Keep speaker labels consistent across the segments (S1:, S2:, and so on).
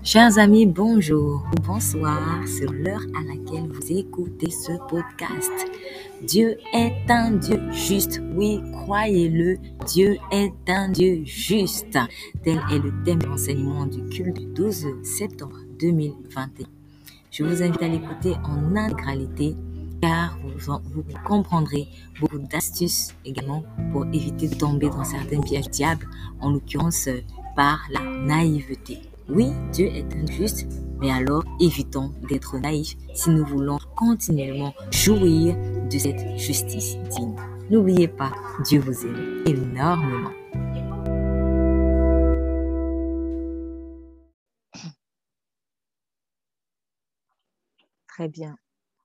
S1: Chers amis, bonjour ou bonsoir sur l'heure à laquelle vous écoutez ce podcast. Dieu est un Dieu juste, oui, croyez-le, Dieu est un Dieu juste. Tel est le thème de l'enseignement du culte du 12 septembre 2021. Je vous invite à l'écouter en intégralité car vous comprendrez beaucoup d'astuces également pour éviter de tomber dans certains pièges du diable, en l'occurrence par la naïveté. Oui, Dieu est injuste, mais alors évitons d'être naïfs si nous voulons continuellement jouir de cette justice digne. N'oubliez pas, Dieu vous aime énormément.
S2: Très bien.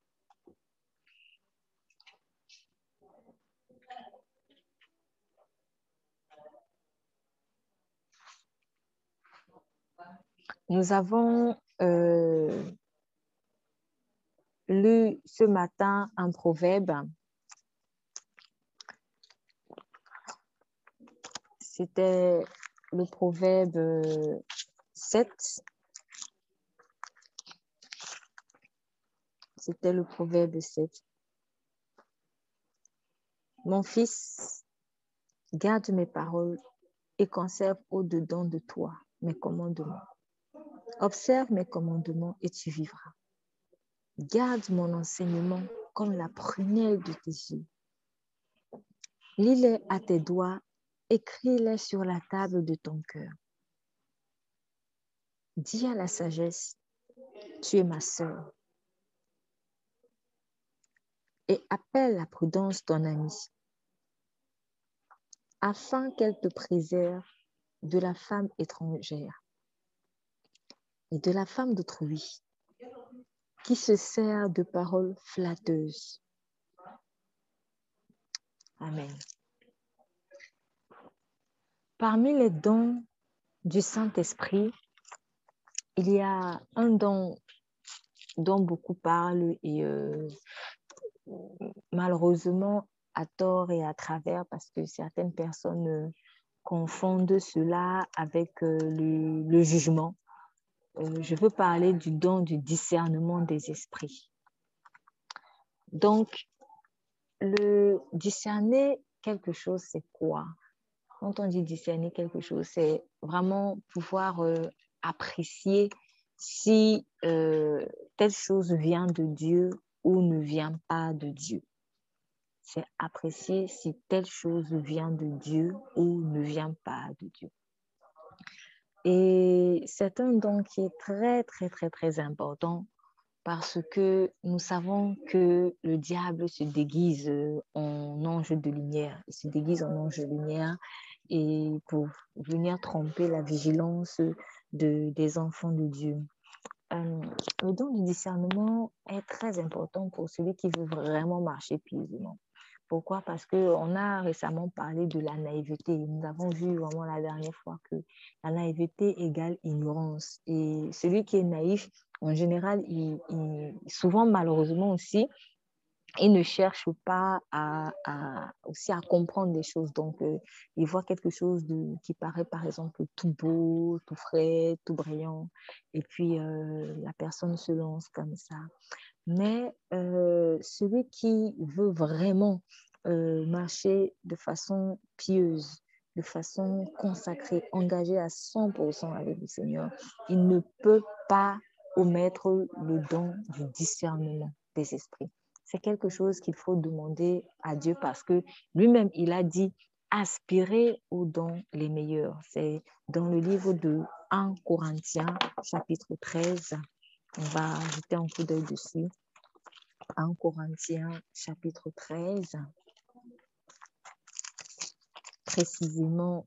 S2: Nous avons lu ce matin un proverbe. C'était le proverbe 7. C'était le proverbe 7. Mon fils, garde mes paroles et conserve au-dedans de toi mes commandements. Observe mes commandements et tu vivras. Garde mon enseignement comme la prunelle de tes yeux. Lis-les à tes doigts, écris-les sur la table de ton cœur. Dis à la sagesse, tu es ma sœur. Et appelle la prudence ton amie, afin qu'elle te préserve de la femme étrangère et de la femme d'autrui, qui se sert de paroles flatteuses. Amen. Parmi les dons du Saint-Esprit, il y a un don dont beaucoup parlent et malheureusement à tort et à travers, parce que certaines personnes confondent cela avec le jugement. Je veux parler du don du discernement des esprits. Donc, le discerner quelque chose, c'est quoi? Quand on dit discerner quelque chose, c'est vraiment pouvoir apprécier si telle chose vient de Dieu ou ne vient pas de Dieu. C'est apprécier si telle chose vient de Dieu ou ne vient pas de Dieu. Et c'est un don qui est très, très, très, très important parce que nous savons que le diable se déguise en ange de lumière. Il se déguise en ange de lumière et pour venir tromper la vigilance des enfants de Dieu. Le don du discernement est très important pour celui qui veut vraiment marcher pieusement. Pourquoi? Parce qu'on a récemment parlé de la naïveté. Nous avons vu vraiment la dernière fois que la naïveté égale ignorance. Et celui qui est naïf, en général, souvent malheureusement aussi, il ne cherche pas aussi à comprendre des choses. Donc, il voit quelque chose qui paraît, par exemple, tout beau, tout frais, tout brillant. Et puis, la personne se lance comme ça. Mais celui qui veut vraiment marcher de façon pieuse, de façon consacrée, engagée à 100% avec le Seigneur, il ne peut pas omettre le don du discernement des esprits. C'est quelque chose qu'il faut demander à Dieu parce que lui-même, il a dit aspirer aux dons les meilleurs. C'est dans le livre de 1 Corinthiens, chapitre 13. On va jeter un coup d'œil dessus. 1 Corinthiens, chapitre 13. Précisément,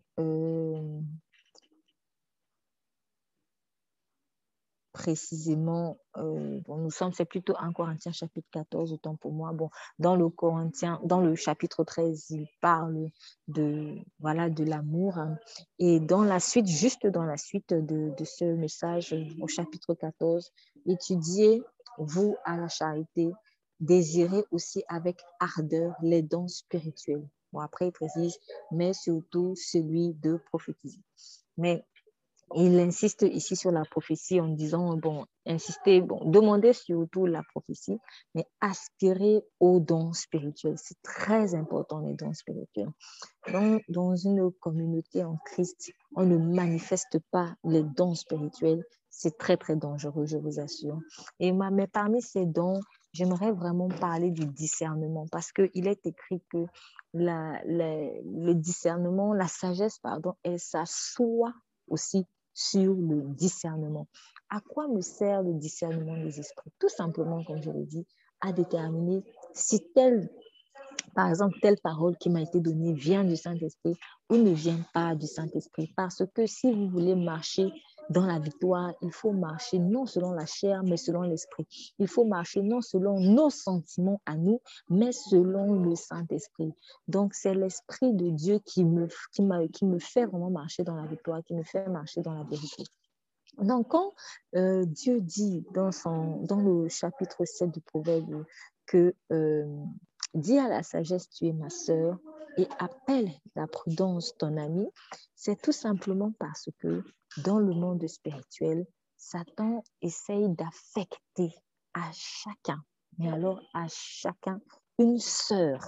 S2: nous sommes, c'est plutôt 1 Corinthiens, chapitre 14, autant pour moi. Bon, dans le chapitre 13, il parle de l'amour. Et juste dans la suite de ce message, au chapitre 14, étudiez-vous à la charité, désirez aussi avec ardeur les dons spirituels. Bon, après, il précise, mais surtout celui de prophétiser. Mais Il insiste ici sur la prophétie en disant, demandez surtout la prophétie, mais aspirez aux dons spirituels. C'est très important, les dons spirituels. Donc, dans une communauté en Christ, on ne manifeste pas les dons spirituels. C'est très, très dangereux, je vous assure. Mais parmi ces dons, j'aimerais vraiment parler du discernement parce qu'il est écrit que le discernement, la sagesse, pardon, elle s'assoit aussi sur le discernement. À quoi me sert le discernement des esprits? Tout simplement, comme je l'ai dit, à déterminer si par exemple, telle parole qui m'a été donnée vient du Saint-Esprit ou ne vient pas du Saint-Esprit. Parce que si vous voulez marcher dans la victoire, il faut marcher non selon la chair, mais selon l'Esprit. Il faut marcher non selon nos sentiments à nous, mais selon le Saint-Esprit. Donc, c'est l'Esprit de Dieu qui me fait vraiment marcher dans la victoire, qui me fait marcher dans la vérité. Donc, quand Dieu dit dans le chapitre 7 du Proverbe que dis à la sagesse, tu es ma sœur, et appelle la prudence ton ami, c'est tout simplement parce que dans le monde spirituel, Satan essaye d'affecter à chacun, mais alors à chacun, une sœur.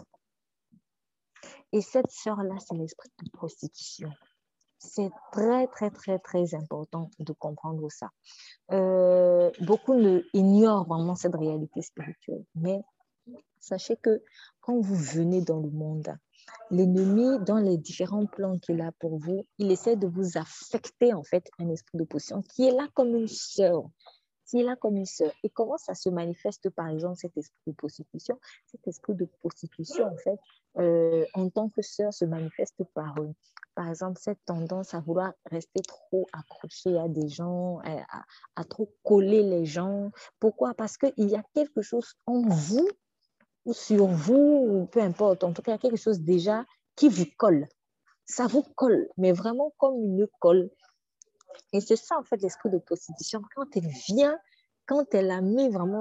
S2: Et cette sœur-là, c'est l'esprit de prostitution. C'est très, très, très, très important de comprendre ça. Beaucoup ignorent vraiment cette réalité spirituelle, mais sachez que quand vous venez dans le monde, l'ennemi, dans les différents plans qu'il a pour vous, il essaie de vous affecter en fait un esprit de possession qui est là comme une sœur. Qui est là comme une sœur. Et comment ça se manifeste, par exemple, cet esprit de prostitution? Cet esprit de prostitution, en fait, en tant que sœur, se manifeste par exemple, cette tendance à vouloir rester trop accroché à des gens, à trop coller les gens. Pourquoi? Parce qu'il y a quelque chose en vous ou sur vous, peu importe, en tout cas, il y a quelque chose déjà qui vous colle. Ça vous colle, mais vraiment comme une colle. Et c'est ça, en fait, l'esprit de prostitution. Quand elle vient, quand elle a mis vraiment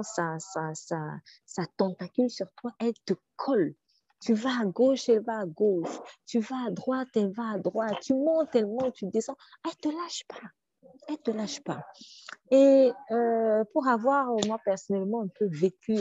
S2: sa tentacule sur toi, elle te colle. Tu vas à gauche, elle va à gauche. Tu vas à droite, elle va à droite. Tu montes, elle monte, tu descends. Elle ne te lâche pas. Elle ne te lâche pas. Et pour avoir, moi, personnellement, un peu vécu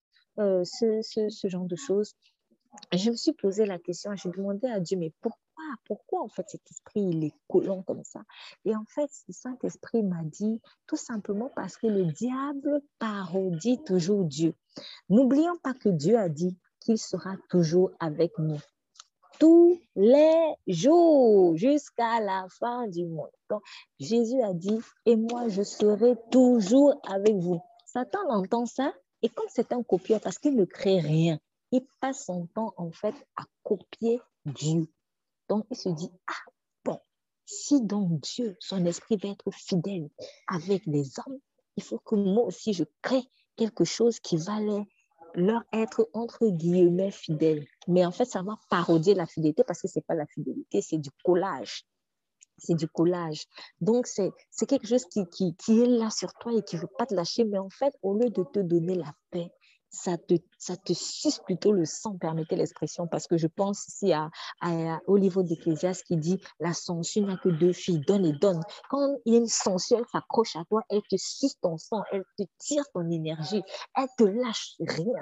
S2: ce genre de choses, je me suis posé la question, j'ai demandé à Dieu, mais pourquoi en fait cet esprit il est collant comme ça? Et en fait, le Saint-Esprit m'a dit tout simplement parce que le diable parodie toujours Dieu. N'oublions pas que Dieu a dit qu'il sera toujours avec nous tous les jours jusqu'à la fin du monde. Donc, Jésus a dit, et moi je serai toujours avec vous. Satan entend ça et comme c'est un copieur parce qu'il ne crée rien, il passe son temps en fait à copier Dieu. Donc, il se dit, ah bon, si donc Dieu, son esprit va être fidèle avec les hommes, il faut que moi aussi je crée quelque chose qui va leur être entre guillemets fidèle. Mais en fait, ça va parodier la fidélité parce que ce n'est pas la fidélité, c'est du collage. C'est du collage. Donc, c'est quelque chose qui est là sur toi et qui ne veut pas te lâcher. Mais en fait, au lieu de te donner la paix, ça te suce plutôt le sang, permettez l'expression, parce que je pense ici au livre d'Ecclésiaste qui dit la censure n'a que deux filles, donne et donne. Quand il y a une censure, elle s'accroche à toi, elle te suce ton sang, elle te tire ton énergie, elle te lâche rien,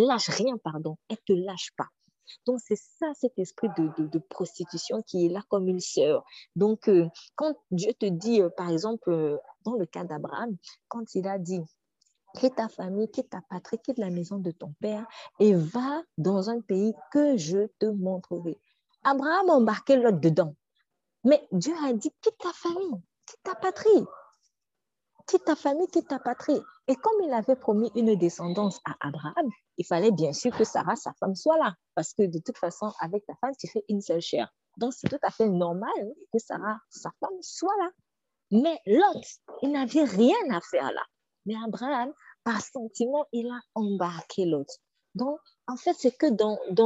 S2: elle te lâche pas. Donc, c'est ça, cet esprit de prostitution qui est là comme une sœur. Donc, quand Dieu te dit, par exemple, dans le cas d'Abraham, quand il a dit, quitte ta famille, quitte ta patrie, quitte la maison de ton père et va dans un pays que je te montrerai. Abraham a embarqué l'autre dedans. Mais Dieu a dit, quitte ta famille, quitte ta patrie, quitte ta famille, quitte ta patrie. Et comme il avait promis une descendance à Abraham, il fallait bien sûr que Sarah, sa femme, soit là. Parce que de toute façon, avec ta femme, tu fais une seule chair. Donc, c'est tout à fait normal que Sarah, sa femme, soit là. Mais Lot, il n'avait rien à faire là. Mais Abraham, par sentiment, il a embarqué Lot. Donc, en fait, c'est que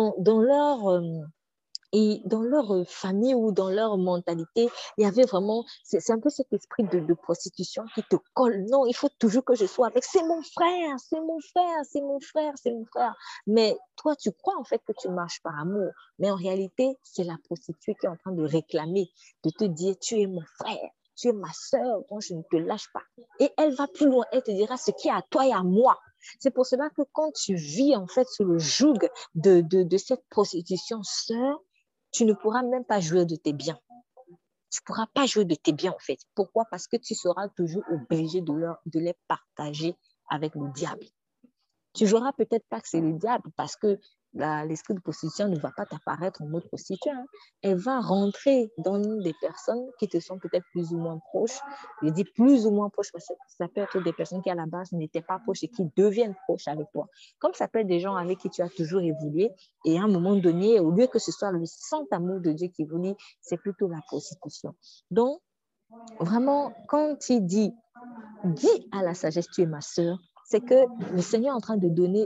S2: dans leur famille ou dans leur mentalité, il y avait vraiment, c'est un peu cet esprit de prostitution qui te colle. Non, il faut toujours que je sois avec, c'est mon frère, c'est mon frère, c'est mon frère, c'est mon frère. Mais toi, tu crois en fait que tu marches par amour. Mais en réalité, c'est la prostituée qui est en train de réclamer, de te dire, tu es mon frère. tu es ma sœur, donc je ne te lâche pas. Et elle va plus loin, elle te dira ce qui est à toi et à moi. C'est pour cela que quand tu vis en fait sous le joug de cette prostitution sœur, tu ne pourras même pas jouir de tes biens. Tu ne pourras pas jouir de tes biens en fait. Pourquoi? Parce que tu seras toujours obligé de les partager avec le diable. Tu ne joueras peut-être pas que c'est le diable parce que l'esprit de prostitution ne va pas t'apparaître en mode prostituée. Hein. Elle va rentrer dans des personnes qui te sont peut-être plus ou moins proches. Je dis plus ou moins proches parce que ça peut être des personnes qui à la base n'étaient pas proches et qui deviennent proches avec toi. Comme ça peut être des gens avec qui tu as toujours évolué et à un moment donné, au lieu que ce soit le saint amour de Dieu qui évolue, c'est plutôt la prostitution. Donc, vraiment, quand il dit à la sagesse, tu es ma sœur, c'est que le Seigneur est en train de donner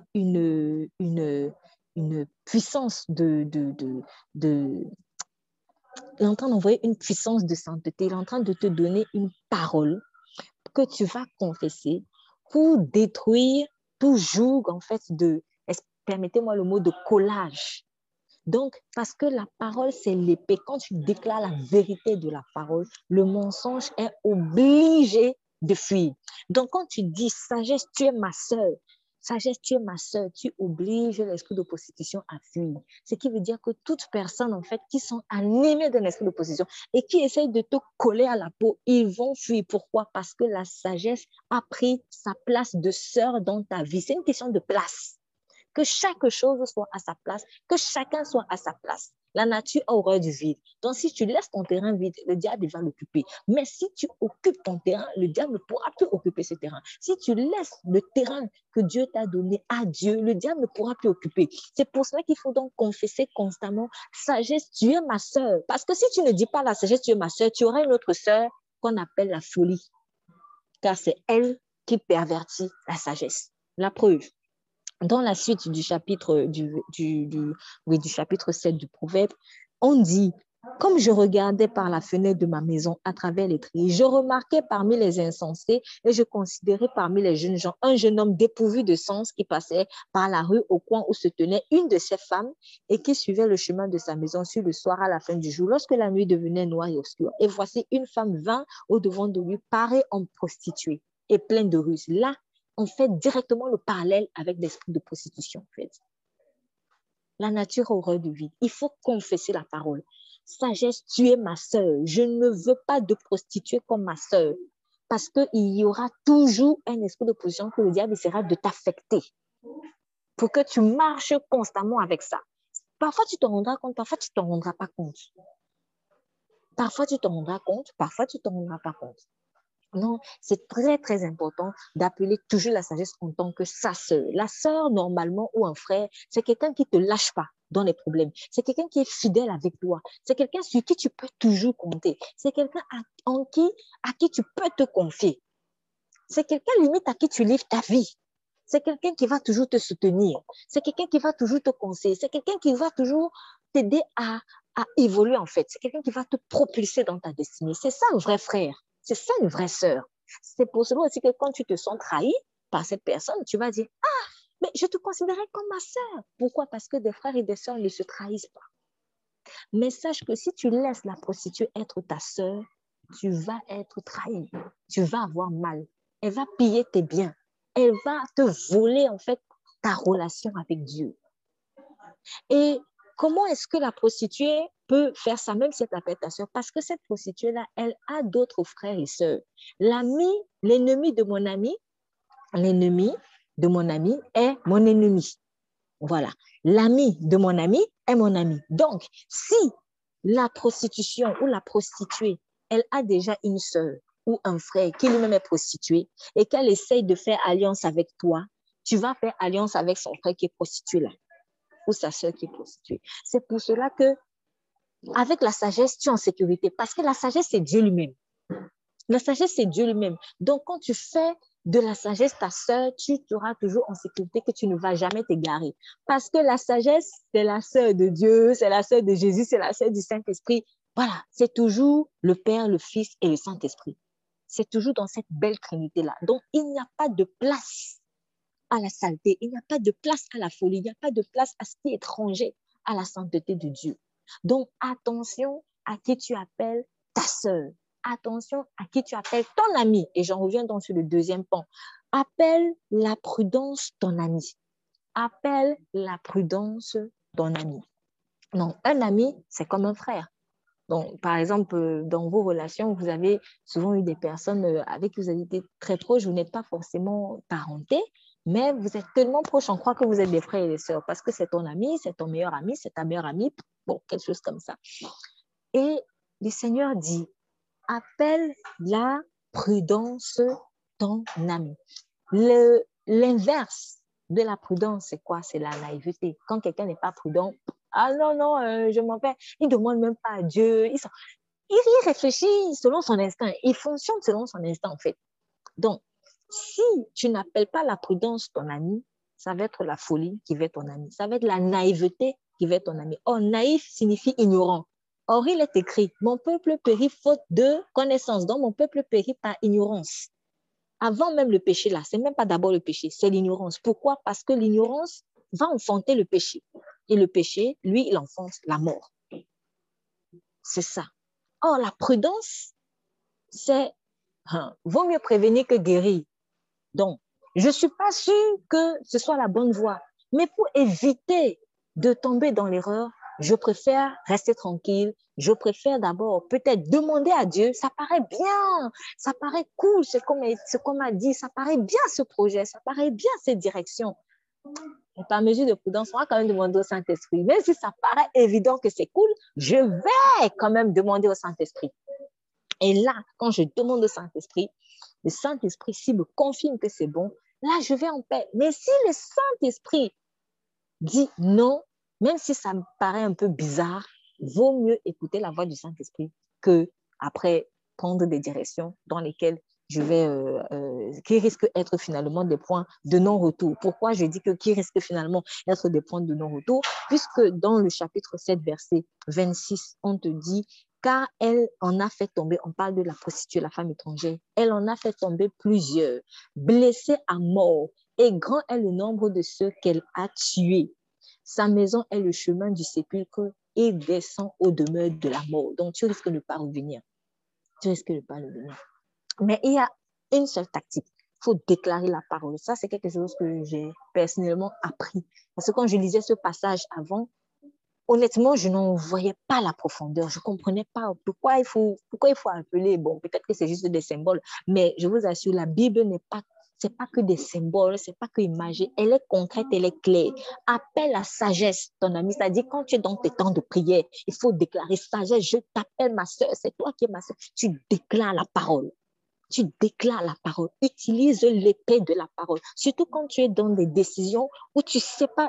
S2: une puissance il est en train d'envoyer une puissance de sainteté, il est en train de te donner une parole que tu vas confesser pour détruire tout joug, en fait, permettez-moi le mot de collage. Donc, parce que la parole, c'est l'épée. Quand tu déclares la vérité de la parole, le mensonge est obligé de fuir. Donc, quand tu dis sagesse, tu es ma sœur, sagesse, tu es ma sœur, tu obliges l'esprit de prostitution à fuir. Ce qui veut dire que toute personne, en fait, qui sont animées d'un esprit de prostitution et qui essayent de te coller à la peau, ils vont fuir. Pourquoi? Parce que la sagesse a pris sa place de sœur dans ta vie. C'est une question de place. Que chaque chose soit à sa place, que chacun soit à sa place. La nature a horreur du vide. Donc, si tu laisses ton terrain vide, le diable va l'occuper. Mais si tu occupes ton terrain, le diable ne pourra plus occuper ce terrain. Si tu laisses le terrain que Dieu t'a donné à Dieu, le diable ne pourra plus occuper. C'est pour cela qu'il faut donc confesser constamment, sagesse, tu es ma sœur. Parce que si tu ne dis pas la sagesse, tu es ma sœur, tu auras une autre sœur qu'on appelle la folie. Car c'est elle qui pervertit la sagesse. La preuve. Dans la suite du chapitre, du chapitre 7 du Proverbe, on dit, comme je regardais par la fenêtre de ma maison à travers les trilles, je remarquais parmi les insensés et je considérais parmi les jeunes gens un jeune homme dépourvu de sens qui passait par la rue au coin où se tenait une de ses femmes et qui suivait le chemin de sa maison sur le soir à la fin du jour, lorsque la nuit devenait noire et obscure. Et voici une femme vint au devant de lui, parée en prostituée et pleine de ruses. Là, on fait directement le parallèle avec l'esprit de prostitution. En fait. La nature a horreur du vide. Il faut confesser la parole. Sagesse, tu es ma sœur. Je ne veux pas de prostituée comme ma sœur. Parce qu'il y aura toujours un esprit de prostitution que le diable essaiera de t'affecter pour que tu marches constamment avec ça. Parfois, tu t'en rendras compte, parfois, tu ne t'en rendras pas compte. Parfois, tu t'en rendras compte, parfois, tu ne t'en rendras pas compte. Non, c'est très, très important d'appeler toujours la sagesse en tant que sa sœur. La sœur, normalement, ou un frère, c'est quelqu'un qui ne te lâche pas dans les problèmes. C'est quelqu'un qui est fidèle avec toi. C'est quelqu'un sur qui tu peux toujours compter. C'est quelqu'un à qui tu peux te confier. C'est quelqu'un limite à qui tu livres ta vie. C'est quelqu'un qui va toujours te soutenir. C'est quelqu'un qui va toujours te conseiller. C'est quelqu'un qui va toujours t'aider à évoluer, en fait. C'est quelqu'un qui va te propulser dans ta destinée. C'est ça, un vrai frère. C'est ça, une vraie sœur. C'est pour cela aussi que quand tu te sens trahi par cette personne, tu vas dire, ah, mais je te considérais comme ma sœur. Pourquoi? Parce que des frères et des sœurs ne se trahissent pas. Mais sache que si tu laisses la prostituée être ta sœur, tu vas être trahi. Tu vas avoir mal. Elle va piller tes biens. Elle va te voler, en fait, ta relation avec Dieu. Et comment est-ce que la prostituée peut faire ça, même si elle t'appelle ta sœur? Parce que cette prostituée-là, elle a d'autres frères et sœurs. L'ennemi de mon ami est mon ennemi. Voilà. L'ami de mon ami est mon ami. Donc, si la prostitution ou la prostituée, elle a déjà une sœur ou un frère qui lui-même est prostitué et qu'elle essaye de faire alliance avec toi, tu vas faire alliance avec son frère qui est prostitué là ou sa sœur qui est prostituée. C'est pour cela que avec la sagesse, tu es en sécurité parce que la sagesse, c'est Dieu lui-même. La sagesse, c'est Dieu lui-même. Donc, quand tu fais de la sagesse ta sœur, tu seras toujours en sécurité que tu ne vas jamais t'égarer. Parce que la sagesse, c'est la sœur de Dieu, c'est la sœur de Jésus, c'est la sœur du Saint-Esprit. Voilà, c'est toujours le Père, le Fils et le Saint-Esprit. C'est toujours dans cette belle trinité-là. Donc, il n'y a pas de place à la saleté, il n'y a pas de place à la folie, il n'y a pas de place à ce qui est étranger à la sainteté de Dieu. Donc, attention à qui tu appelles ta sœur. attention à qui tu appelles ton ami. Et j'en reviens donc sur le deuxième point. Appelle la prudence ton ami. Appelle la prudence ton ami. Non, un ami, c'est comme un frère. Donc, par exemple, dans vos relations, vous avez souvent eu des personnes avec qui vous avez été très proches, vous n'êtes pas forcément parentés, mais vous êtes tellement proches, on croit que vous êtes des frères et des sœurs, parce que c'est ton ami, c'est ton meilleur ami, c'est ta meilleure amie, bon, quelque chose comme ça. Et le Seigneur dit, appelle la prudence ton ami. L'inverse de la prudence, c'est quoi? C'est la naïveté. Quand quelqu'un n'est pas prudent, ah non, non, je m'en vais. Il ne demande même pas à Dieu. Il réfléchit selon son instinct. Il fonctionne selon son instinct, en fait. Donc, si tu n'appelles pas la prudence ton ami, ça va être la folie qui va être ton ami. Ça va être la naïveté qui va être ton ami. Or, naïf signifie ignorant. Or, il est écrit, mon peuple périt faute de connaissance. Donc, mon peuple périt par ignorance. Avant même le péché, là, c'est même pas d'abord le péché, c'est l'ignorance. Pourquoi? Parce que l'ignorance va enfanter le péché. Et le péché, lui, il enfonce la mort. C'est ça. Or, la prudence, c'est vaut mieux prévenir que guérir. Donc, je ne suis pas sûre que ce soit la bonne voie. Mais pour éviter de tomber dans l'erreur, je préfère rester tranquille. Je préfère d'abord peut-être demander à Dieu. Ça paraît bien, ça paraît cool, ce qu'on m'a dit. Ça paraît bien ce projet, ça paraît bien cette direction. Et par mesure de prudence, on va quand même demander au Saint-Esprit. Même si ça paraît évident que c'est cool, je vais quand même demander au Saint-Esprit. Et là, quand je demande au Saint-Esprit, le Saint-Esprit, s'il me confirme que c'est bon, là, je vais en paix. Mais si le Saint-Esprit dit non, même si ça me paraît un peu bizarre, vaut mieux écouter la voix du Saint-Esprit que après prendre des directions dans lesquelles je vais, qui risquent d'être finalement des points de non-retour. Pourquoi je dis que qui risquent finalement d'être des points de non-retour? Puisque dans le chapitre 7, verset 26, on te dit car elle en a fait tomber, on parle de la prostituée, la femme étrangère, elle en a fait tomber plusieurs, blessés à mort, et grand est le nombre de ceux qu'elle a tués. Sa maison est le chemin du sépulcre et descend aux demeures de la mort. Donc, tu risques de ne pas revenir. Tu risques de ne pas revenir. Mais il y a une seule tactique. Il faut déclarer la parole. Ça, c'est quelque chose que j'ai personnellement appris. Parce que quand je lisais ce passage avant, honnêtement, je n'en voyais pas la profondeur. Je ne comprenais pas pourquoi il faut appeler. Bon, peut-être que c'est juste des symboles, mais je vous assure, la Bible c'est pas que des symboles, c'est pas que imagée. Elle est concrète, elle est claire. Appelle la sagesse, ton ami. C'est-à-dire, quand tu es dans tes temps de prière, il faut déclarer sagesse. Je t'appelle ma soeur, c'est toi qui es ma soeur. Tu déclares la parole. Tu déclares la parole. Utilise l'épée de la parole. Surtout quand tu es dans des décisions où tu sais pas,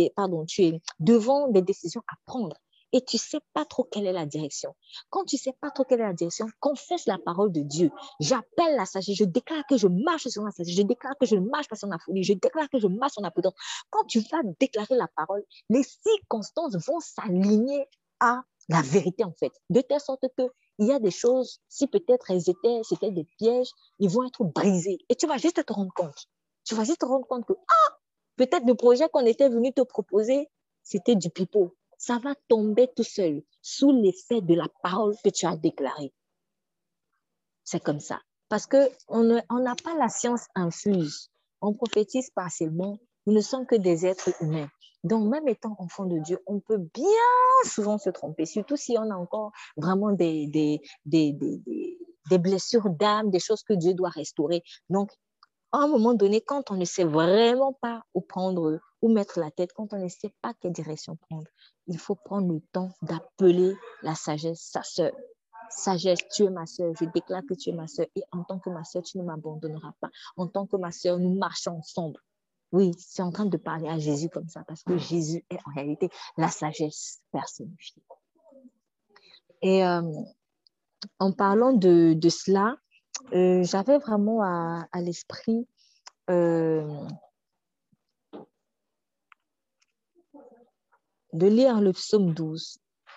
S2: tu es devant des décisions à prendre et tu sais pas trop quelle est la direction. Quand tu sais pas trop quelle est la direction, confesse la parole de Dieu. J'appelle la sagesse. Je déclare que je marche sur la sagesse. Je déclare que je ne marche pas sur la folie. Je déclare que je marche sur la prudence. Quand tu vas déclarer la parole, les circonstances vont s'aligner à la vérité en fait. De telle sorte que il y a des choses, si peut-être c'était des pièges, ils vont être brisés. Et tu vas juste te rendre compte. Tu vas juste te rendre compte que, peut-être le projet qu'on était venu te proposer, c'était du pipeau. Ça va tomber tout seul sous l'effet de la parole que tu as déclarée. C'est comme ça. Parce qu'on n'a pas la science infuse. On prophétise partiellement. Nous ne sommes que des êtres humains. Donc, même étant enfant de Dieu, on peut bien souvent se tromper, surtout si on a encore vraiment des blessures d'âme, des choses que Dieu doit restaurer. Donc, à un moment donné, quand on ne sait vraiment pas où prendre, où mettre la tête, quand on ne sait pas quelle direction prendre, il faut prendre le temps d'appeler la sagesse, sa sœur. Sagesse, tu es ma sœur, je déclare que tu es ma sœur et en tant que ma sœur, tu ne m'abandonneras pas. En tant que ma sœur, nous marchons ensemble. Oui, c'est en train de parler à Jésus comme ça parce que Jésus est en réalité la sagesse personnifiée. Et en parlant de cela, j'avais vraiment à l'esprit de lire le psaume 12.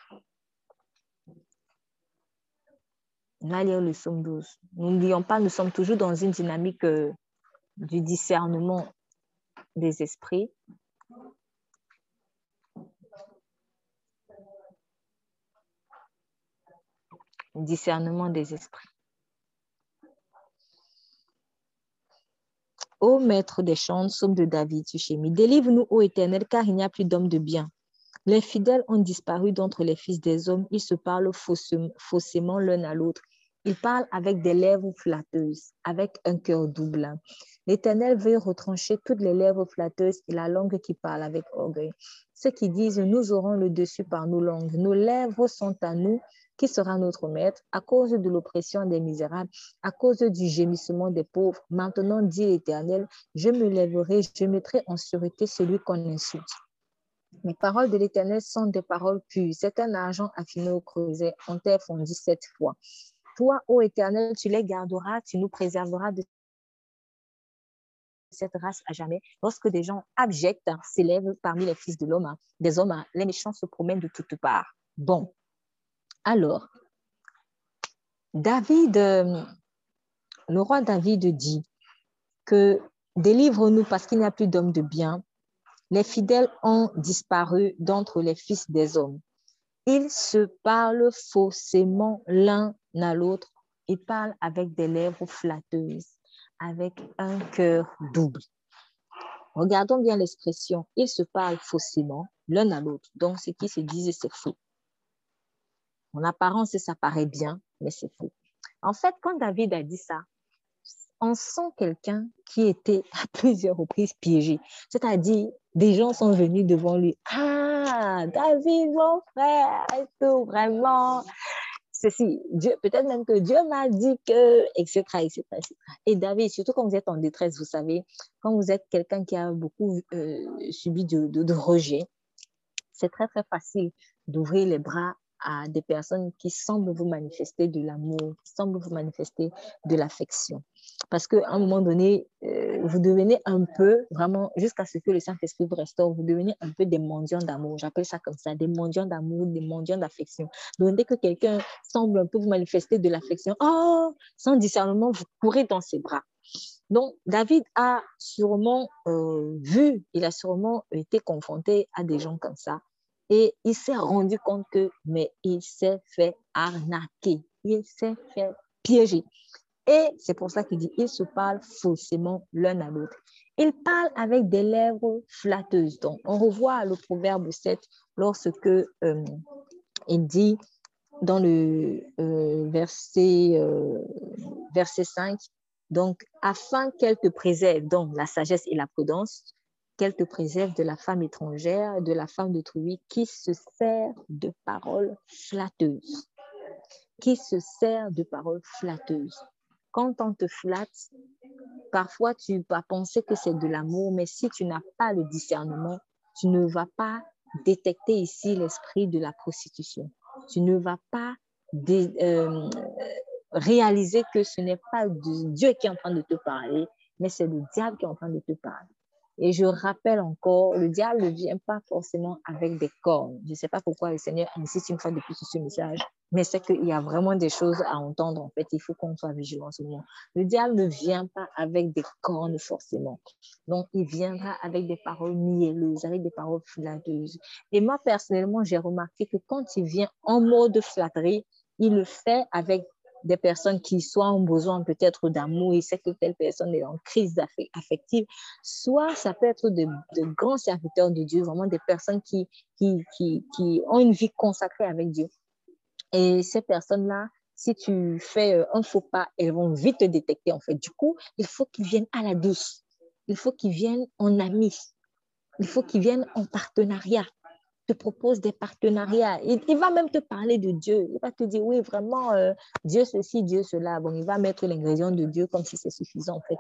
S2: On va lire le psaume 12. Nous n'oublions pas, nous sommes toujours dans une dynamique du discernement des esprits. discernement des esprits. Ô maître des chants, psaume de David, Suchémi, délivre-nous, ô Éternel, car il n'y a plus d'hommes de bien. Les fidèles ont disparu d'entre les fils des hommes, ils se parlent faussement l'un à l'autre. Ils parlent avec des lèvres flatteuses, avec un cœur double. L'Éternel veut retrancher toutes les lèvres flatteuses et la langue qui parle avec orgueil. Ceux qui disent, nous aurons le dessus par nos langues. Nos lèvres sont à nous. Qui sera notre maître? À cause de l'oppression des misérables, à cause du gémissement des pauvres. Maintenant, dit l'Éternel, je me lèverai, je mettrai en sûreté celui qu'on insulte. Les paroles de l'Éternel sont des paroles pures. C'est un argent affiné au creuset, en terre fondue 7 fois. Toi, ô Éternel, tu les garderas, tu nous préserveras de cette race à jamais. Lorsque des gens abjects s'élèvent parmi les fils de l'homme, des hommes, les méchants se promènent de toutes parts. Bon, alors, David, le roi David dit que délivre-nous parce qu'il n'y a plus d'hommes de bien. Les fidèles ont disparu d'entre les fils des hommes. Ils se parlent faussément l'un à l'autre. Ils parlent avec des lèvres flatteuses, avec un cœur double. Regardons bien l'expression. Ils se parlent faussément l'un à l'autre. Donc, ce qui se disent, c'est faux. En apparence, ça paraît bien, mais c'est faux. En fait, quand David a dit ça, on sent quelqu'un qui était à plusieurs reprises piégé. C'est-à-dire, des gens sont venus devant lui. Ah, David, mon frère, est-ce que vraiment ceci, Dieu, peut-être même que Dieu m'a dit que, etc., etc., etc. Et David, surtout quand vous êtes en détresse, vous savez, quand vous êtes quelqu'un qui a beaucoup subi de rejet, c'est très, très facile d'ouvrir les bras à des personnes qui semblent vous manifester de l'amour, qui semblent vous manifester de l'affection. Parce qu'à un moment donné, vous devenez un peu, vraiment, jusqu'à ce que le Saint-Esprit vous restaure, vous devenez un peu des mendiants d'amour. J'appelle ça comme ça, des mendiants d'amour, des mendiants d'affection. Donc, dès que quelqu'un semble un peu vous manifester de l'affection, oh, sans discernement, vous courez dans ses bras. Donc, David a sûrement vu, il a sûrement été confronté à des gens comme ça. Et il s'est rendu compte que, mais il s'est fait arnaquer, il s'est fait piéger. Et c'est pour ça qu'il dit, ils se parlent faussement l'un à l'autre. Ils parlent avec des lèvres flatteuses. Donc, on revoit le proverbe 7 lorsque il dit dans le verset 5, donc, afin qu'elle te préserve, donc la sagesse et la prudence, qu'elle te préserve de la femme étrangère, de la femme d'autrui qui se sert de paroles flatteuses. Qui se sert de paroles flatteuses. Quand on te flatte, parfois tu vas penser que c'est de l'amour, mais si tu n'as pas le discernement, tu ne vas pas détecter ici l'esprit de la prostitution. Tu ne vas pas réaliser que ce n'est pas Dieu qui est en train de te parler, mais c'est le diable qui est en train de te parler. Et je rappelle encore, le diable ne vient pas forcément avec des cornes. Je ne sais pas pourquoi le Seigneur insiste une fois de plus sur ce message, mais c'est qu'il y a vraiment des choses à entendre. En fait, il faut qu'on soit vigilant en ce moment. Le diable ne vient pas avec des cornes forcément. Donc, il viendra avec des paroles mielleuses, avec des paroles flatteuses. Et moi, personnellement, j'ai remarqué que quand il vient en mode flatterie, il le fait avec des personnes qui soit ont besoin peut-être d'amour, il sait que telle personne est en crise affective, soit ça peut être de grands serviteurs de Dieu, vraiment des personnes qui ont une vie consacrée avec Dieu. Et ces personnes-là, si tu fais un faux pas, elles vont vite te détecter en fait. Du coup, il faut qu'ils viennent à la douce. Il faut qu'ils viennent en amis. Il faut qu'ils viennent en partenariat. Te propose des partenariats. Il va même te parler de Dieu. Il va te dire, oui, vraiment, Dieu ceci, Dieu cela. Bon, il va mettre l'ingrédient de Dieu comme si c'est suffisant, en fait,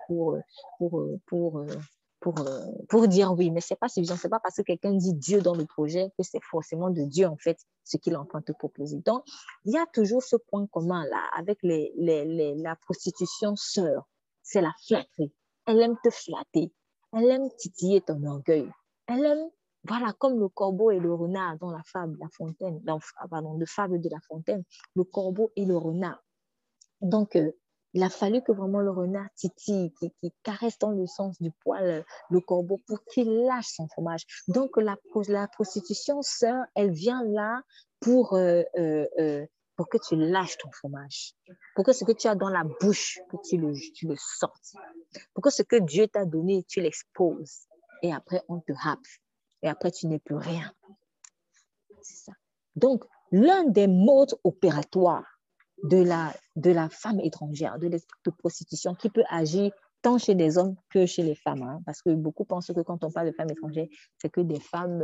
S2: pour dire oui. Mais ce n'est pas suffisant. Ce n'est pas parce que quelqu'un dit Dieu dans le projet que c'est forcément de Dieu, en fait, ce qu'il est en train de te proposer. Donc, il y a toujours ce point commun-là avec la prostitution sœur. C'est la flatterie. Elle aime te flatter. Elle aime titiller ton orgueil. Elle aime voilà, comme le corbeau et le renard dans la fable, la fontaine, le fable de la fontaine, le corbeau et le renard. Donc, il a fallu que vraiment le renard titille, qui caresse dans le sens du poil le corbeau pour qu'il lâche son fromage. Donc, la prostitution, sœur, elle vient là pour pour que tu lâches ton fromage, pour que ce que tu as dans la bouche, que tu le sortes, pour que ce que Dieu t'a donné, tu l'exposes. Et après, on te happe. Et après, tu n'es plus rien. C'est ça. Donc, l'un des modes opératoires de la femme étrangère, de l'esprit de prostitution qui peut agir tant chez les hommes que chez les femmes. Hein, parce que beaucoup pensent que quand on parle de femmes étrangères, c'est que des femmes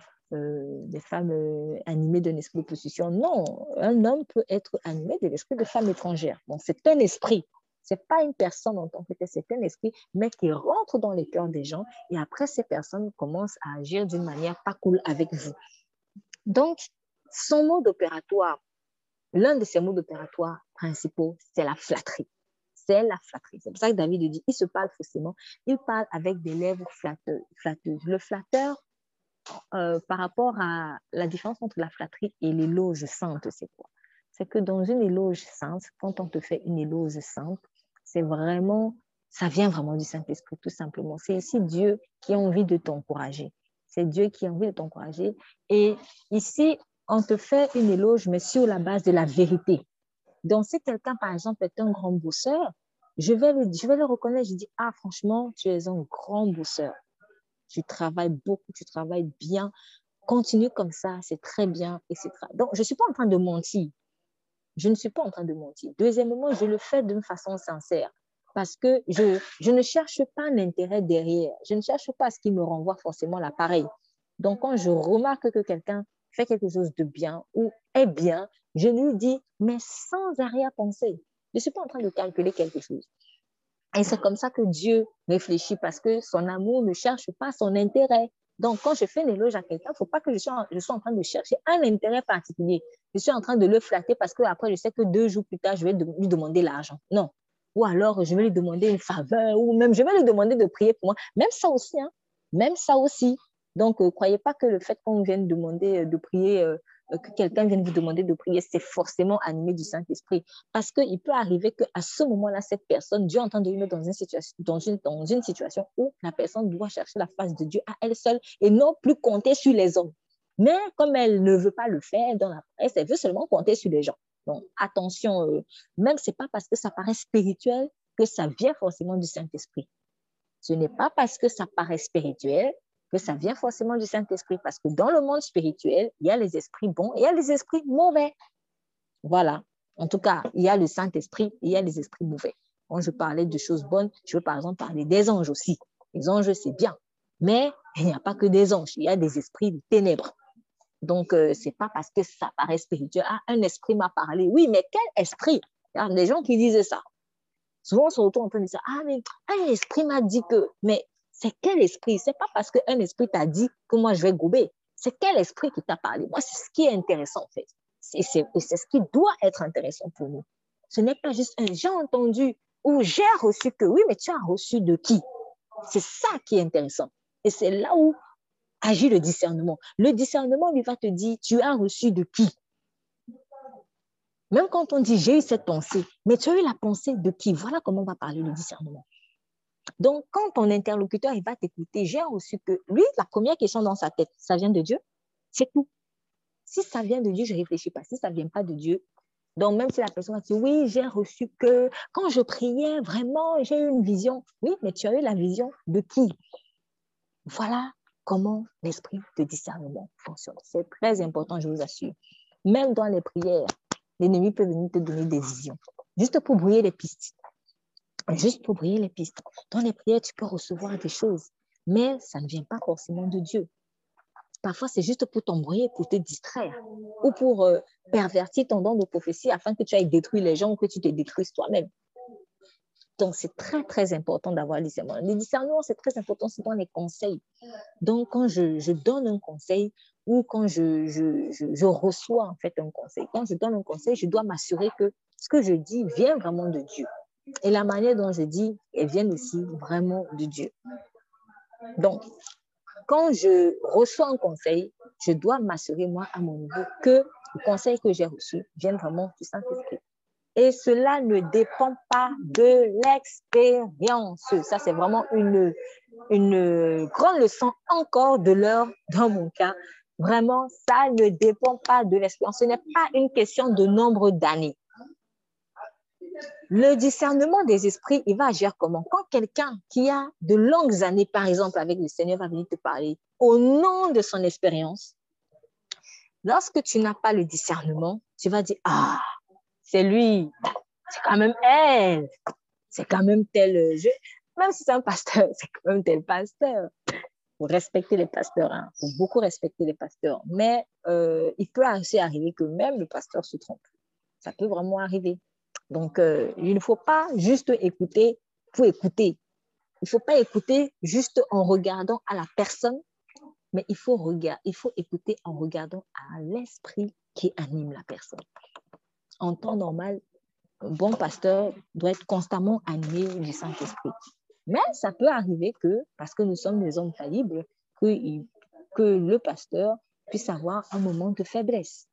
S2: animées d'un esprit de possession. Non, un homme peut être animé de l'esprit de femme étrangère. Bon, c'est un esprit. Ce n'est pas une personne en tant que telle, c'est un esprit, mais qui rentre dans les cœurs des gens. Et après, ces personnes commencent à agir d'une manière pas cool avec vous. Donc, son mode opératoire, l'un de ses modes opératoires principaux, c'est la flatterie. C'est la flatterie. C'est pour ça que David dit, il se parle faussément, il parle avec des lèvres flatteuses. Le flatteur, par rapport à la différence entre la flatterie et l'éloge sainte, c'est quoi? C'est que dans une éloge sainte, quand on te fait une éloge sainte, c'est vraiment, ça vient vraiment du Saint-Esprit, tout simplement. C'est ici Dieu qui a envie de t'encourager. C'est Dieu qui a envie de t'encourager. Et ici, on te fait une éloge, mais sur la base de la vérité. Donc, si quelqu'un, par exemple, est un grand bosseur, je vais le reconnaître. Je dis, ah, franchement, tu es un grand bosseur. Tu travailles beaucoup, tu travailles bien. Continue comme ça, c'est très bien, etc. Donc, je ne suis pas en train de mentir. Je ne suis pas en train de mentir. Deuxièmement, je le fais d'une façon sincère parce que je ne cherche pas l'intérêt derrière. Je ne cherche pas à ce qui me renvoie forcément l'appareil. Donc, quand je remarque que quelqu'un fait quelque chose de bien ou est bien, je lui dis, mais sans arrière-pensée. Je ne suis pas en train de calculer quelque chose. Et c'est comme ça que Dieu réfléchit parce que son amour ne cherche pas son intérêt. Donc, quand je fais un éloge à quelqu'un, il ne faut pas que je sois en train de chercher un intérêt particulier. Je suis en train de le flatter parce qu'après, je sais que 2 jours plus tard, je vais lui demander l'argent. Non. Ou alors, je vais lui demander une faveur ou même je vais lui demander de prier pour moi. Même ça aussi, hein. Même ça aussi. Donc, ne croyez pas que le fait qu'on vienne demander de prier, que quelqu'un vienne vous demander de prier, c'est forcément animé du Saint-Esprit. Parce qu'il peut arriver qu'à ce moment-là, cette personne, Dieu entend de lui mettre dans une situation où la personne doit chercher la face de Dieu à elle seule et non plus compter sur les hommes. Mais comme elle ne veut pas le faire dans la presse, elle veut seulement compter sur les gens. Donc, attention, même ce n'est pas parce que ça paraît spirituel que ça vient forcément du Saint-Esprit. Ce n'est pas parce que ça paraît spirituel que ça vient forcément du Saint-Esprit. Parce que dans le monde spirituel, il y a les esprits bons et il y a les esprits mauvais. Voilà. En tout cas, il y a le Saint-Esprit et il y a les esprits mauvais. Quand je parlais de choses bonnes, je veux par exemple parler des anges aussi. Les anges, c'est bien. Mais il n'y a pas que des anges. Il y a des esprits de ténèbres. Donc, ce n'est pas parce que ça paraît spirituel. Ah, un esprit m'a parlé. Oui, mais quel esprit? Il y a des gens qui disent ça. Souvent, on se retrouve en train de dire, ah, mais un esprit m'a dit que, mais c'est quel esprit? Ce n'est pas parce qu'un esprit t'a dit que moi, je vais gober. C'est quel esprit qui t'a parlé? Moi, c'est ce qui est intéressant, en fait. Et c'est ce qui doit être intéressant pour nous. Ce n'est pas juste un j'ai entendu ou j'ai reçu que, oui, mais tu as reçu de qui? C'est ça qui est intéressant. Et c'est là où agit le discernement. Le discernement, il va te dire, tu as reçu de qui? Même quand on dit j'ai eu cette pensée, mais tu as eu la pensée de qui? Voilà comment on va parler le discernement. Donc, quand ton interlocuteur il va t'écouter, j'ai reçu que lui, la première question dans sa tête, ça vient de Dieu? C'est tout. Si ça vient de Dieu, je ne réfléchis pas. Si ça ne vient pas de Dieu, donc même si la personne va dire oui, j'ai reçu que quand je priais, vraiment, j'ai eu une vision. Oui, mais tu as eu la vision de qui? Voilà comment l'esprit de discernement fonctionne. C'est très important, je vous assure. Même dans les prières, l'ennemi peut venir te donner des visions, juste pour brouiller les pistes. Juste pour brouiller les pistes. Dans les prières, tu peux recevoir des choses, mais ça ne vient pas forcément de Dieu. Parfois, c'est juste pour t'embrouiller, pour te distraire, ou pour pervertir ton don de prophétie afin que tu ailles détruire les gens ou que tu te détruises toi-même. Donc, c'est très, très important d'avoir le discernement. Le discernement, c'est très important, c'est dans les conseils. Donc, quand je donne un conseil ou quand je reçois en fait un conseil, quand je donne un conseil, je dois m'assurer que ce que je dis vient vraiment de Dieu. Et la manière dont je dis, elle vient aussi vraiment de Dieu. Donc, quand je reçois un conseil, je dois m'assurer, moi, à mon niveau, que le conseil que j'ai reçu vient vraiment du Saint-Esprit. Et cela ne dépend pas de l'expérience. Ça, c'est vraiment une grande leçon encore de l'heure dans mon cas. Vraiment, ça ne dépend pas de l'expérience. Ce n'est pas une question de nombre d'années. Le discernement des esprits, il va agir comment? Quand quelqu'un qui a de longues années, par exemple, avec le Seigneur va venir te parler au nom de son expérience, lorsque tu n'as pas le discernement, tu vas dire, ah, c'est lui, c'est quand même elle, c'est quand même tel, même si c'est un pasteur, c'est quand même tel pasteur. Il faut respecter les pasteurs, hein. Il faut beaucoup respecter les pasteurs. Mais il peut aussi arriver que même le pasteur se trompe. Ça peut vraiment arriver. Donc, il ne faut pas juste écouter pour écouter. Il ne faut pas écouter juste en regardant à la personne, mais il faut écouter en regardant à l'esprit qui anime la personne. En temps normal, un bon pasteur doit être constamment animé du Saint-Esprit. Mais ça peut arriver que, parce que nous sommes des hommes faillibles, que le pasteur puisse avoir un moment de faiblesse.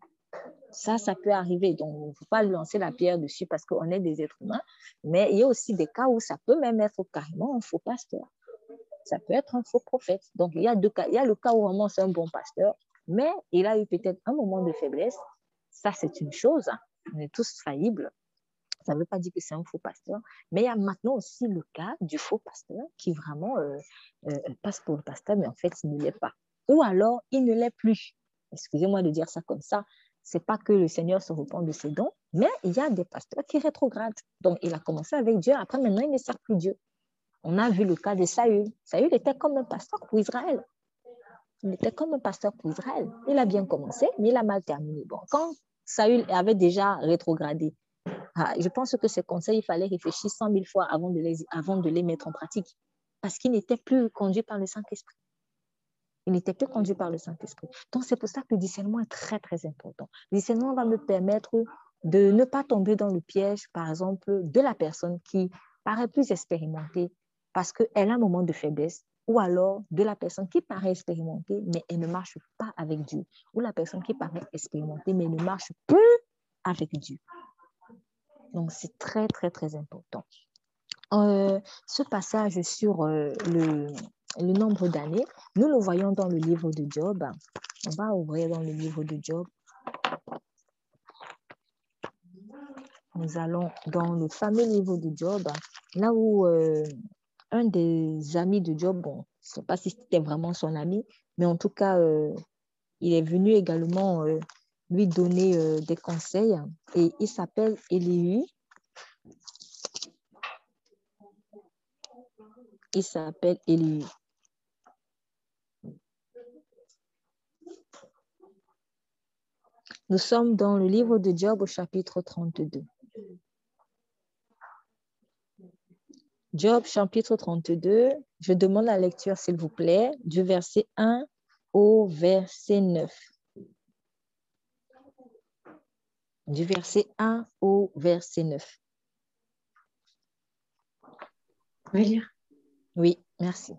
S2: Ça peut arriver. Donc, il ne faut pas lancer la pierre dessus parce qu'on est des êtres humains. Mais il y a aussi des cas où ça peut même être carrément un faux pasteur. Ça peut être un faux prophète. Donc, il y a deux cas. Il y a le cas où vraiment c'est un bon pasteur, mais il a eu peut-être un moment de faiblesse. Ça, c'est une chose. On est tous faillibles. Ça ne veut pas dire que c'est un faux pasteur. Mais il y a maintenant aussi le cas du faux pasteur qui vraiment passe pour le pasteur, mais en fait, il ne l'est pas. Ou alors, il ne l'est plus. Excusez-moi de dire ça comme ça. Ce n'est pas que le Seigneur se repent de ses dons, mais il y a des pasteurs qui rétrogradent. Donc, il a commencé avec Dieu. Après, maintenant, il ne sert plus Dieu. On a vu le cas de Saül. Saül était comme un pasteur pour Israël. Il était comme un pasteur pour Israël. Il a bien commencé, mais il a mal terminé. Bon, quand Saül avait déjà rétrogradé, je pense que ces conseils, il fallait réfléchir 100 000 fois avant de les mettre en pratique. Parce qu'il n'était plus conduit par le Saint-Esprit. Il n'était plus conduit par le Saint-Esprit. Donc, c'est pour ça que le discernement est très, très important. Le discernement va me permettre de ne pas tomber dans le piège, par exemple, de la personne qui paraît plus expérimentée parce qu'elle a un moment de faiblesse, ou alors de la personne qui paraît expérimentée, mais elle ne marche pas avec Dieu, ou la personne qui paraît expérimentée, mais ne marche plus avec Dieu. Donc, c'est très, très, très important. Ce passage sur le nombre d'années, nous le voyons dans le livre de Job. On va ouvrir dans le livre de Job. Nous allons dans le fameux livre de Job, là où un des amis de Job, bon, je ne sais pas si c'était vraiment son ami, mais en tout cas, il est venu également lui donner des conseils et il s'appelle Élihu. Il s'appelle Élihu. Nous sommes dans le livre de Job au chapitre 32. Job, chapitre 32, je demande la lecture, s'il vous plaît, du verset 1 au verset 9. Du verset 1 au verset 9.
S3: Vous pouvez lire?
S2: Oui, merci.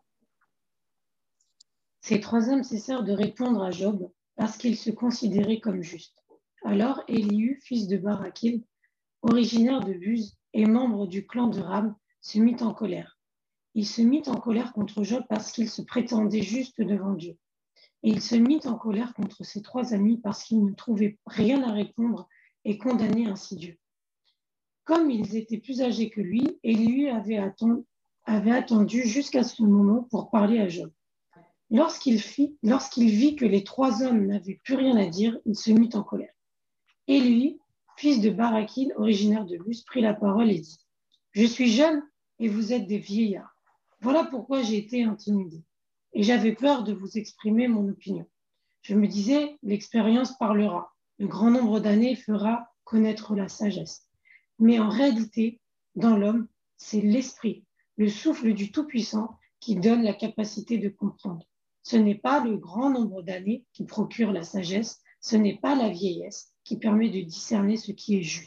S3: Ces trois hommes cessèrent de répondre à Job parce qu'il se considérait comme juste. Alors Élihu, fils de Barakil, originaire de Buz et membre du clan de Ram, se mit en colère. Il se mit en colère contre Job parce qu'il se prétendait juste devant Dieu. Et il se mit en colère contre ses trois amis parce qu'ils ne trouvaient rien à répondre et condamnaient ainsi Dieu. Comme ils étaient plus âgés que lui, Élihu avait attendu jusqu'à ce moment pour parler à Job. Lorsqu'il vit que les trois hommes n'avaient plus rien à dire, il se mit en colère. Et lui, fils de Barakil, originaire de Bus, prit la parole et dit : « Je suis jeune et vous êtes des vieillards. Voilà pourquoi j'ai été intimidé. Et j'avais peur de vous exprimer mon opinion. Je me disais, l'expérience parlera. Le grand nombre d'années fera connaître la sagesse. Mais en réalité, dans l'homme, c'est l'esprit, le souffle du Tout-Puissant qui donne la capacité de comprendre. Ce n'est pas le grand nombre d'années qui procure la sagesse, ce n'est pas la vieillesse qui permet de discerner ce qui est juste. »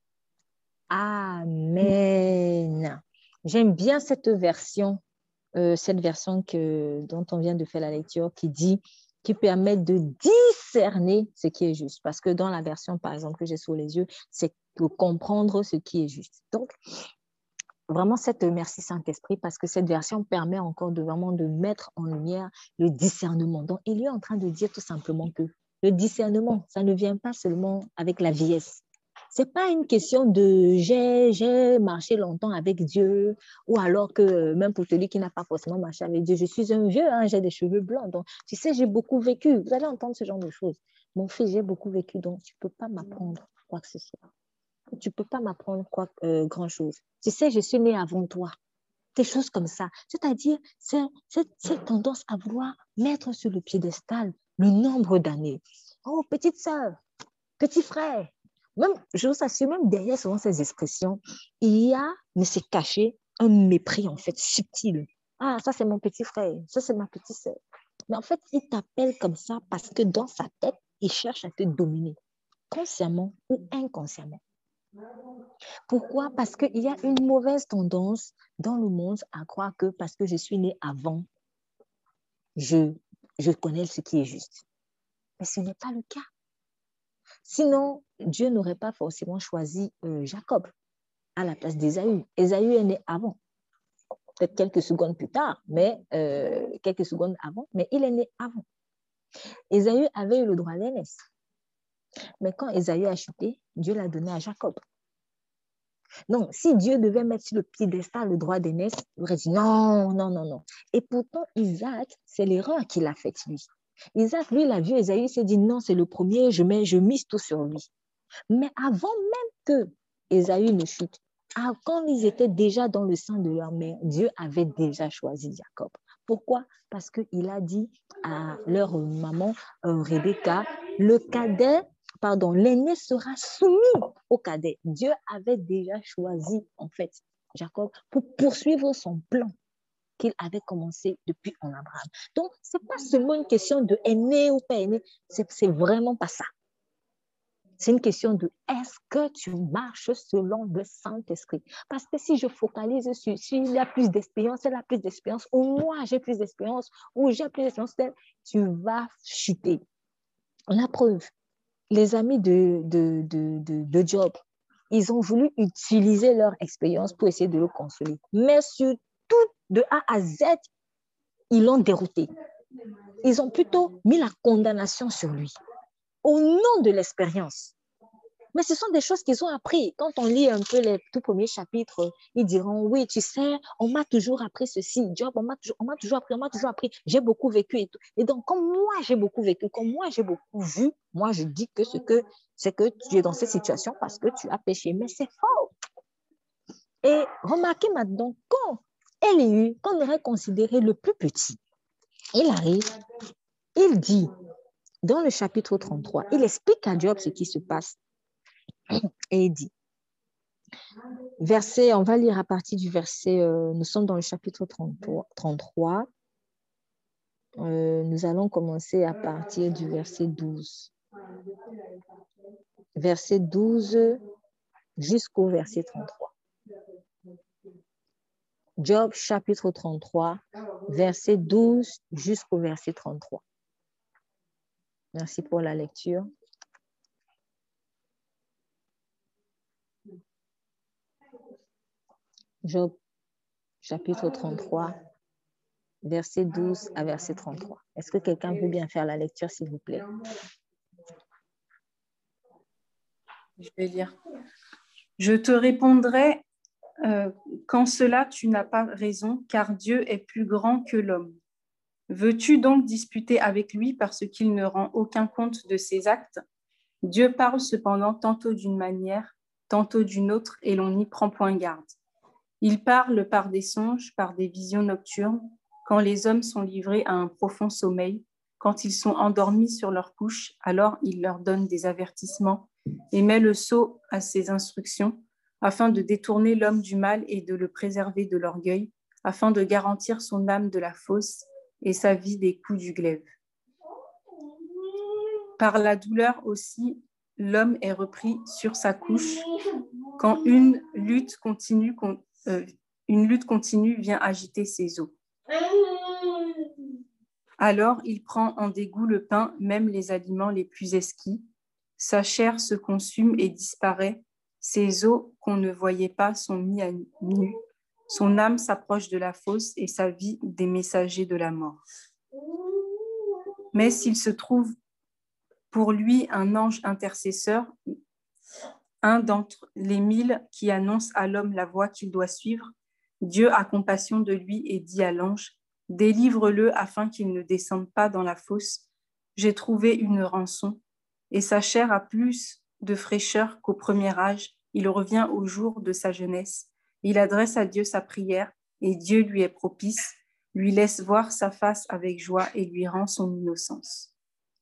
S2: Amen. J'aime bien cette version dont on vient de faire la lecture, qui permet de discerner ce qui est juste. Parce que dans la version, par exemple, que j'ai sous les yeux, c'est de comprendre ce qui est juste. Donc, vraiment merci Saint-Esprit, parce que cette version permet encore vraiment de mettre en lumière le discernement. Donc, il est en train de dire tout simplement que le discernement, ça ne vient pas seulement avec la vieillesse. C'est pas une question de j'ai marché longtemps avec Dieu, ou alors que même pour celui qui n'a pas forcément marché avec Dieu, je suis un vieux, hein, j'ai des cheveux blancs, donc tu sais, j'ai beaucoup vécu. Vous allez entendre ce genre de choses. Mon fils, j'ai beaucoup vécu, donc tu peux pas m'apprendre quoi que ce soit. Tu peux pas m'apprendre grand-chose. Tu sais, je suis née avant toi. Des choses comme ça. C'est-à-dire, cette tendance à vouloir mettre sur le piédestal le nombre d'années. Oh, petite sœur, petit frère. Même, je vous assure, même derrière souvent ces expressions, il y a, mais c'est caché, un mépris en fait subtil. Ah, ça c'est mon petit frère, ça c'est ma petite sœur. Mais en fait, il t'appelle comme ça parce que dans sa tête, il cherche à te dominer, consciemment ou inconsciemment. Pourquoi? Parce qu'il y a une mauvaise tendance dans le monde à croire que parce que je suis née avant, je connais ce qui est juste. Mais ce n'est pas le cas. Sinon, Dieu n'aurait pas forcément choisi Jacob à la place d'Ésaü. Ésaü est né avant, peut-être quelques secondes plus tard, mais quelques secondes avant, mais il est né avant. Ésaü avait eu le droit d'aînesse. Mais quand Ésaü a chuté, Dieu l'a donné à Jacob. Donc, si Dieu devait mettre sur le piédestal le droit d'aînesse, il aurait dit non, non, non, non. Et pourtant, Isaac, c'est l'erreur qu'il a faite, lui. Isaac, lui, il a vu Ésaü, il s'est dit non, c'est le premier, je mise tout sur lui. Mais avant même que Ésaü ne chute, quand ils étaient déjà dans le sein de leur mère, Dieu avait déjà choisi Jacob. Pourquoi? Parce qu'il a dit à leur maman, Rebecca, l'aîné sera soumis au cadet. Dieu avait déjà choisi, en fait, Jacob pour poursuivre son plan qu'il avait commencé depuis en Abraham. Donc, ce n'est pas seulement une question de aîné ou pas aîné, c'est vraiment pas ça. C'est une question de est-ce que tu marches selon le Saint-Esprit? Parce que si je focalise sur s'il a plus d'expérience, elle a plus d'expérience, ou moi j'ai plus d'expérience, ou j'ai plus d'expérience, tu vas chuter. La preuve, les amis de Job, ils ont voulu utiliser leur expérience pour essayer de le consoler. Mais sur tout, de A à Z, ils l'ont dérouté. Ils ont plutôt mis la condamnation sur lui, au nom de l'expérience. Mais ce sont des choses qu'ils ont appris. Quand on lit un peu les tout premiers chapitres, ils diront, oui, tu sais, on m'a toujours appris ceci, Job, on m'a toujours appris, j'ai beaucoup vécu et tout. Et donc, comme moi, j'ai beaucoup vécu, comme moi, j'ai beaucoup vu, moi, je dis que c'est que tu es dans cette situation parce que tu as péché. Mais c'est faux. Et remarquez maintenant, quand Élie, qu'on aurait considéré le plus petit, il arrive, il dit, dans le chapitre 33, il explique à Job ce qui se passe. Et il dit, on va lire à partir du verset, nous sommes dans le chapitre 33, nous allons commencer à partir du verset 12. Verset 12 jusqu'au verset 33. Job chapitre 33, verset 12 jusqu'au verset 33. Merci pour la lecture. Job, chapitre 33, verset 12 à verset 33. Est-ce que quelqu'un veut bien faire la lecture, s'il vous plaît?
S4: Je vais lire. Je te répondrai qu'en cela tu n'as pas raison, car Dieu est plus grand que l'homme. Veux-tu donc disputer avec lui parce qu'il ne rend aucun compte de ses actes? Dieu parle cependant tantôt d'une manière, tantôt d'une autre, et l'on n'y prend point garde. Il parle par des songes, par des visions nocturnes, quand les hommes sont livrés à un profond sommeil, quand ils sont endormis sur leur couche, alors il leur donne des avertissements et met le sceau à ses instructions, afin de détourner l'homme du mal et de le préserver de l'orgueil, afin de garantir son âme de la fosse et sa vie des coups du glaive. Par la douleur aussi, l'homme est repris sur sa couche, quand une lutte continue vient agiter ses os. Alors il prend en dégoût le pain, même les aliments les plus exquis. Sa chair se consume et disparaît. Ses os qu'on ne voyait pas sont mis à nu. Son âme s'approche de la fosse et sa vie des messagers de la mort. Mais s'il se trouve pour lui un ange intercesseur, un d'entre les 1000 qui annonce à l'homme la voie qu'il doit suivre, Dieu a compassion de lui et dit à l'ange, « Délivre-le afin qu'il ne descende pas dans la fosse. J'ai trouvé une rançon, et sa chair a plus de fraîcheur qu'au premier âge. Il revient au jour de sa jeunesse. Il adresse à Dieu sa prière, et Dieu lui est propice, lui laisse voir sa face avec joie et lui rend son innocence.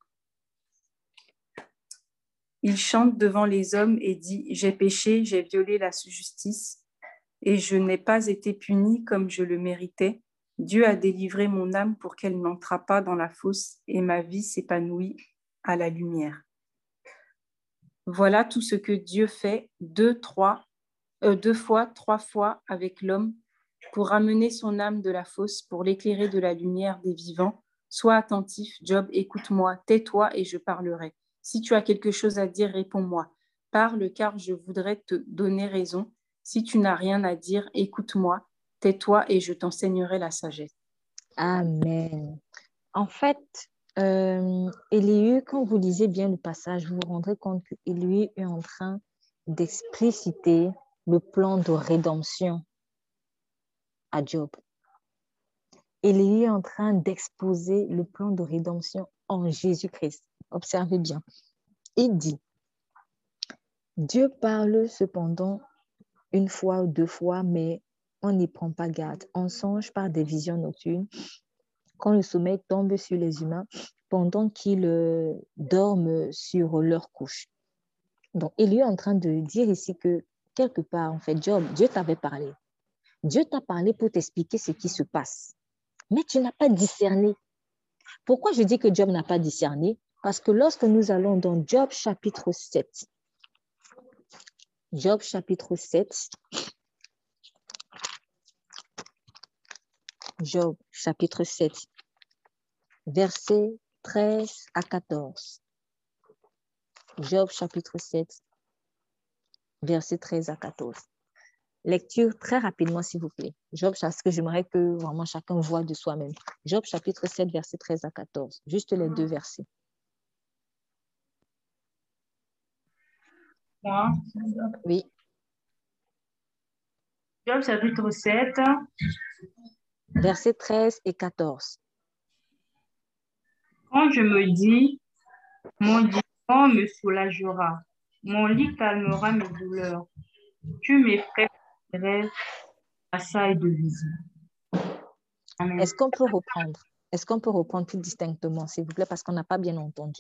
S4: Il chante devant les hommes et dit, « J'ai péché, j'ai violé la justice, et je n'ai pas été puni comme je le méritais. Dieu a délivré mon âme pour qu'elle n'entrât pas dans la fosse, et ma vie s'épanouit à la lumière. » Voilà tout ce que Dieu fait deux fois, trois fois avec l'homme pour ramener son âme de la fosse, pour l'éclairer de la lumière des vivants. Sois attentif, Job, écoute-moi, tais-toi et je parlerai. Si tu as quelque chose à dire, réponds-moi. Parle, car je voudrais te donner raison. Si tu n'as rien à dire, écoute-moi, tais-toi et je t'enseignerai la sagesse.
S2: Amen. En fait, Élihu, quand vous lisez bien le passage, vous vous rendrez compte qu'Élihu est en train d'expliciter le plan de rédemption à Job. Élihu est en train d'exposer le plan de rédemption en Jésus-Christ. Observez bien. Il dit, Dieu parle cependant une fois ou deux fois, mais on n'y prend pas garde. On songe par des visions nocturnes quand le sommeil tombe sur les humains pendant qu'ils dorment sur leur couche. Donc, il est en train de dire ici que quelque part, en fait, Job, Dieu t'avait parlé. Dieu t'a parlé pour t'expliquer ce qui se passe. Mais tu n'as pas discerné. Pourquoi je dis que Job n'a pas discerné? Parce que lorsque nous allons dans Job chapitre 7, Job chapitre 7, Job chapitre 7, versets 13 à 14. Job chapitre 7, versets 13 à 14. Lecture très rapidement, s'il vous plaît. Job, parce que j'aimerais que vraiment chacun voit de soi-même. Job chapitre 7, versets 13 à 14. Juste les deux versets.
S5: Moi,
S2: Oui.
S5: Job chapitre 7,
S2: Versets 13 et 14.
S5: quand je me dis, mon divan me soulagera, mon lit calmera mes douleurs, tu m'effraies de rêves, à de vision. Amen.
S2: Est-ce qu'on peut reprendre? Est-ce qu'on peut reprendre plus distinctement, s'il vous plaît, parce qu'on n'a pas bien entendu.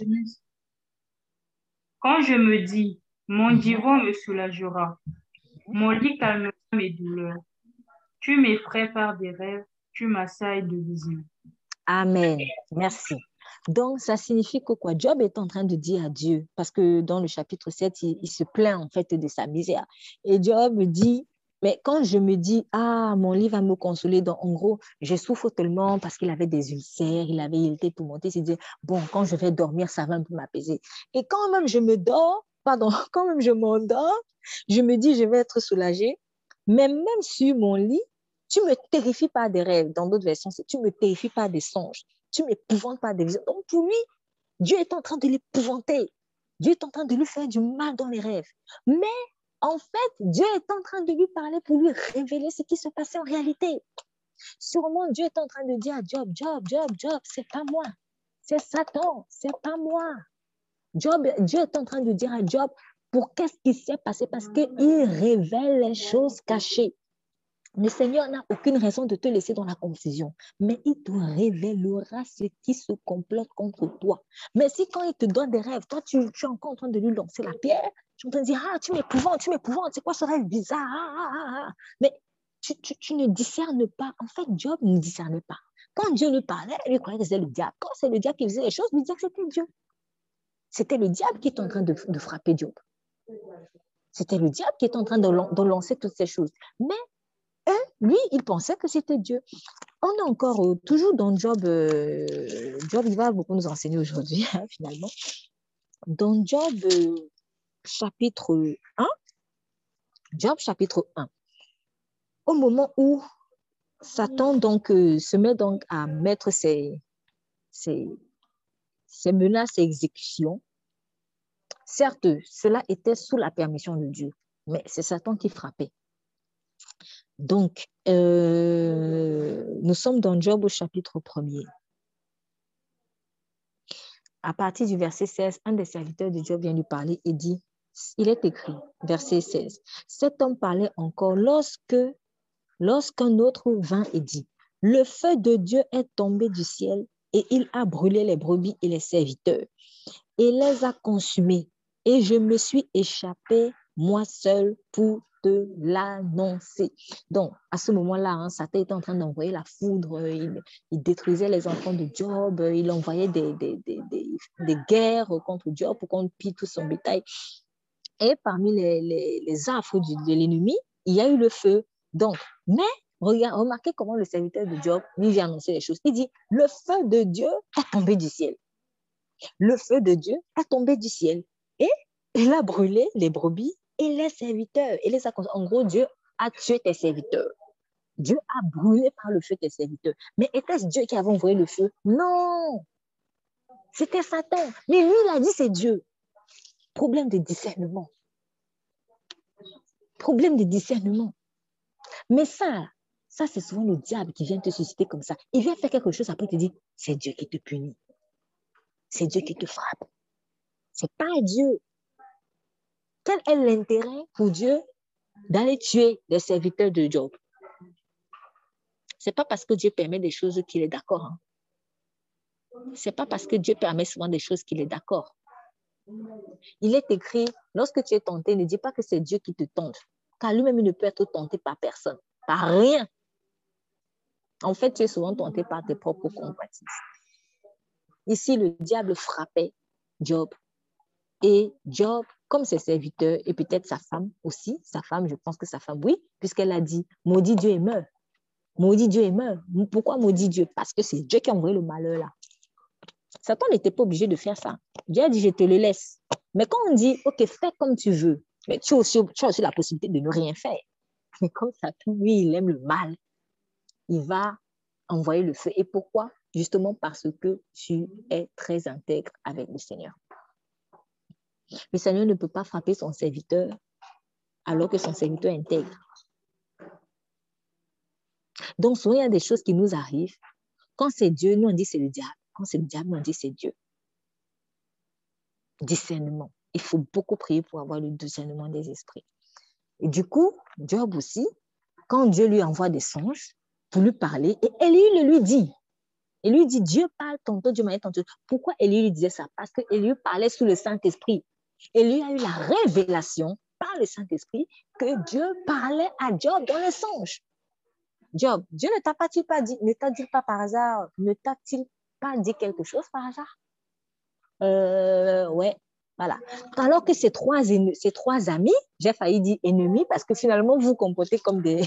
S5: Quand je me dis, mon divan me soulagera, mon lit calmera mes douleurs, tu m'effraies par des rêves, tu m'assailles de visions.
S2: Amen. Merci. Donc, ça signifie que quoi? Job est en train de dire à Dieu, parce que dans le chapitre 7, il se plaint en fait de sa misère. Et Job dit, mais quand je me dis, ah, mon lit va me consoler, donc en gros, je souffre tellement parce qu'il avait des ulcères, il était époumonté, il s'est dit, bon, quand je vais dormir, ça va un peu m'apaiser. Et quand même je me dors, quand même je m'endors, je me dis, je vais être soulagée, mais même sur mon lit, tu ne me terrifies pas des rêves. Dans d'autres versions, c'est tu ne me terrifies pas des songes. Tu ne m'épouvantes pas des visions. Donc pour lui, Dieu est en train de l'épouvanter. Dieu est en train de lui faire du mal dans les rêves. Mais en fait, Dieu est en train de lui parler pour lui révéler ce qui se passait en réalité. Sûrement, Dieu est en train de dire à Job, Job, c'est pas moi. C'est Satan, c'est pas moi. Dieu est en train de dire à Job, pour qu'est-ce qui s'est passé? Parce qu'il révèle les choses cachées. Le Seigneur n'a aucune raison de te laisser dans la confusion, mais il te révélera ce qui se complote contre toi. Mais si quand il te donne des rêves, toi, tu es encore en train de lui lancer la pierre, tu es en train de dire, ah, tu m'épouvantes, c'est quoi ce rêve bizarre? Mais tu ne discernes pas. En fait, Job ne discernait pas. Quand Dieu lui parlait, il croyait que c'était le diable. Quand c'est le diable qui faisait les choses, il disait que c'était Dieu. C'était le diable qui était en train de frapper Job. C'était le diable qui était en train de lancer toutes ces choses. Mais lui, il pensait que c'était Dieu. On est encore toujours dans Job. Job, il va beaucoup nous enseigner aujourd'hui, finalement. Dans Job chapitre 1, Job chapitre 1, au moment où Satan donc, se met donc à mettre ses menaces et exécutions, certes, cela était sous la permission de Dieu, mais c'est Satan qui frappait. Donc, nous sommes dans Job au chapitre 1er. À partir du verset 16, un des serviteurs de Job vient lui parler et dit, il est écrit, verset 16, cet homme parlait encore lorsqu'un autre vint et dit, le feu de Dieu est tombé du ciel et il a brûlé les brebis et les serviteurs et les a consumés. Et je me suis échappé, moi seul, pour te l'annoncer. Donc, à ce moment-là, Satan était en train d'envoyer la foudre, il détruisait les enfants de Job, il envoyait des guerres contre Job pour qu'on pille tout son bétail. Et parmi les affres de l'ennemi, il y a eu le feu. Donc, mais remarquez comment le serviteur de Job lui vient annoncer les choses. Il dit, le feu de Dieu est tombé du ciel. Le feu de Dieu est tombé du ciel. Et il a brûlé les brebis et les serviteurs. En gros, Dieu a tué tes serviteurs. Dieu a brûlé par le feu tes serviteurs. Mais était-ce Dieu qui avait envoyé le feu? Non! C'était Satan. Mais lui, il a dit c'est Dieu. Problème de discernement. Problème de discernement. Mais ça c'est souvent le diable qui vient te susciter comme ça. Il vient faire quelque chose, après il te dit, c'est Dieu qui te punit. C'est Dieu qui te frappe. C'est pas Dieu. Quel est l'intérêt pour Dieu d'aller tuer les serviteurs de Job? C'est pas parce que Dieu permet des choses qu'il est d'accord. Hein. C'est pas parce que Dieu permet souvent des choses qu'il est d'accord. Il est écrit, lorsque tu es tenté, ne dis pas que c'est Dieu qui te tente, car lui-même, il ne peut être tenté par personne, par rien. En fait, tu es souvent tenté par tes propres convoitises. Ici, le diable frappait Job. Et Job, comme ses serviteurs, et peut-être sa femme aussi, sa femme, je pense que sa femme, oui, puisqu'elle a dit, maudit Dieu et meurt. Maudit Dieu et meurt. Pourquoi maudit Dieu? Parce que c'est Dieu qui a envoyé le malheur là. Satan n'était pas obligé de faire ça. Dieu a dit, je te le laisse. Mais quand on dit, ok, fais comme tu veux, mais tu as aussi la possibilité de ne rien faire. Mais comme Satan, lui, il aime le mal, il va envoyer le feu. Et pourquoi? Justement parce que tu es très intègre avec le Seigneur. Le Seigneur ne peut pas frapper son serviteur alors que son serviteur est intègre. Donc, souvent, il y a des choses qui nous arrivent. Quand c'est Dieu, nous, on dit c'est le diable. Quand c'est le diable, nous, on dit c'est Dieu. Discernement. Il faut beaucoup prier pour avoir le discernement des esprits. Et du coup, Job aussi, quand Dieu lui envoie des songes pour lui parler, et Élie le lui dit. Et lui dit, Dieu parle tantôt, Dieu m'a dit tantôt. Pourquoi Élie lui disait ça? Parce que Élie parlait sous le Saint-Esprit. Élie a eu la révélation par le Saint-Esprit que Dieu parlait à Job dans le songe. Job, Dieu ne t'a-t-il pas dit, ne t'a-t-il pas par hasard, ne t'a-t-il pas dit quelque chose par hasard? Ouais, voilà. Alors que ces trois amis, j'ai failli dire ennemis parce que finalement vous vous comportez comme des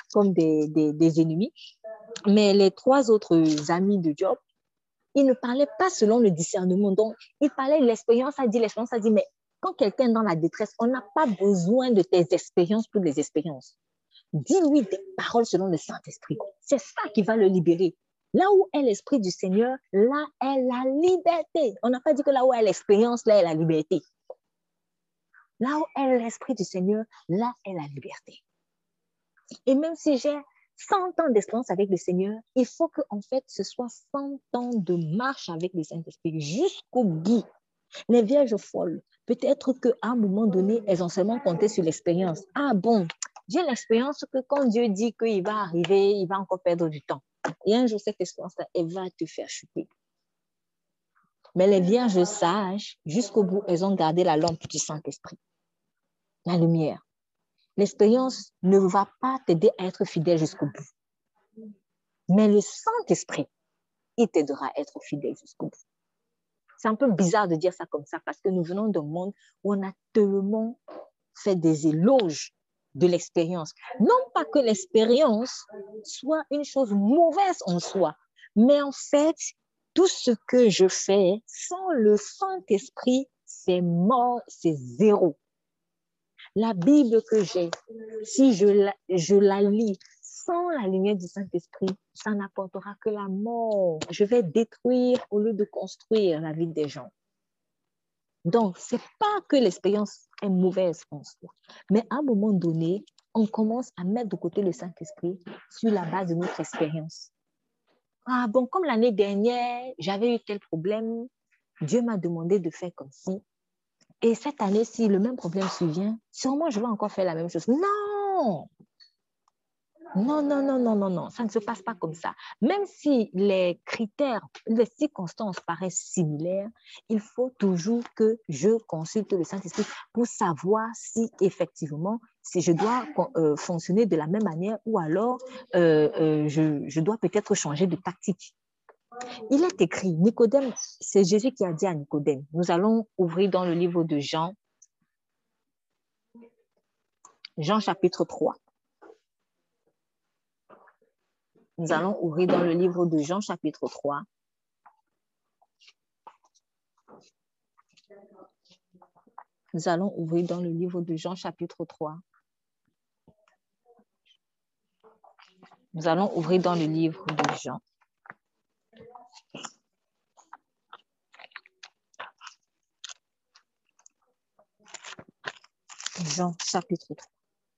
S2: ennemis, mais les trois autres amis de Job, ils ne parlaient pas selon le discernement. Donc, ils parlaient de l'expérience, l'expérience a dit, mais quand quelqu'un est dans la détresse, on n'a pas besoin de tes expériences pour des expériences. Dis-lui des paroles selon le Saint-Esprit. C'est ça qui va le libérer. Là où est l'Esprit du Seigneur, là est la liberté. On n'a pas dit que là où est l'expérience, là est la liberté. Là où est l'Esprit du Seigneur, là est la liberté. Et même si j'ai 100 ans d'expérience avec le Seigneur, il faut que en fait, ce soit 100 ans de marche avec le Saint-Esprit jusqu'au bout. Les vierges folles, peut-être qu'à un moment donné, elles ont seulement compté sur l'expérience. Ah bon, j'ai l'expérience que quand Dieu dit qu'il va arriver, il va encore perdre du temps. Et un jour, cette expérience-là, elle va te faire chuter. Mais les vierges sages, jusqu'au bout, elles ont gardé la lampe du Saint-Esprit, la lumière. L'expérience ne va pas t'aider à être fidèle jusqu'au bout. Mais le Saint-Esprit, il t'aidera à être fidèle jusqu'au bout. C'est un peu bizarre de dire ça comme ça parce que nous venons d'un monde où on a tellement fait des éloges de l'expérience. Non pas que l'expérience soit une chose mauvaise en soi, mais en fait, tout ce que je fais sans le Saint-Esprit, c'est mort, c'est zéro. La Bible que j'ai, si je la lis sans la lumière du Saint-Esprit, ça n'apportera que la mort. Je vais détruire au lieu de construire la vie des gens. Donc, ce n'est pas que l'expérience est mauvaise en soi, mais à un moment donné, on commence à mettre de côté le Saint-Esprit sur la base de notre expérience. Ah bon, comme l'année dernière, j'avais eu tel problème, Dieu m'a demandé de faire comme ci. Et cette année-ci, le même problème survient, sûrement je vais encore faire la même chose. Non! Non, non, non, non, non, non, ça ne se passe pas comme ça. Même si les critères, les circonstances paraissent similaires, il faut toujours que je consulte le Saint-Esprit pour savoir si effectivement, si je dois fonctionner de la même manière ou alors je dois peut-être changer de tactique. Il est écrit, Nicodème, c'est Jésus qui a dit à Nicodème, nous allons ouvrir dans le livre de Jean, Jean chapitre 3. Nous allons ouvrir dans le livre de Jean chapitre 3. Nous allons ouvrir dans le livre de Jean chapitre 3. Nous allons ouvrir dans le livre de Jean. Jean chapitre 3.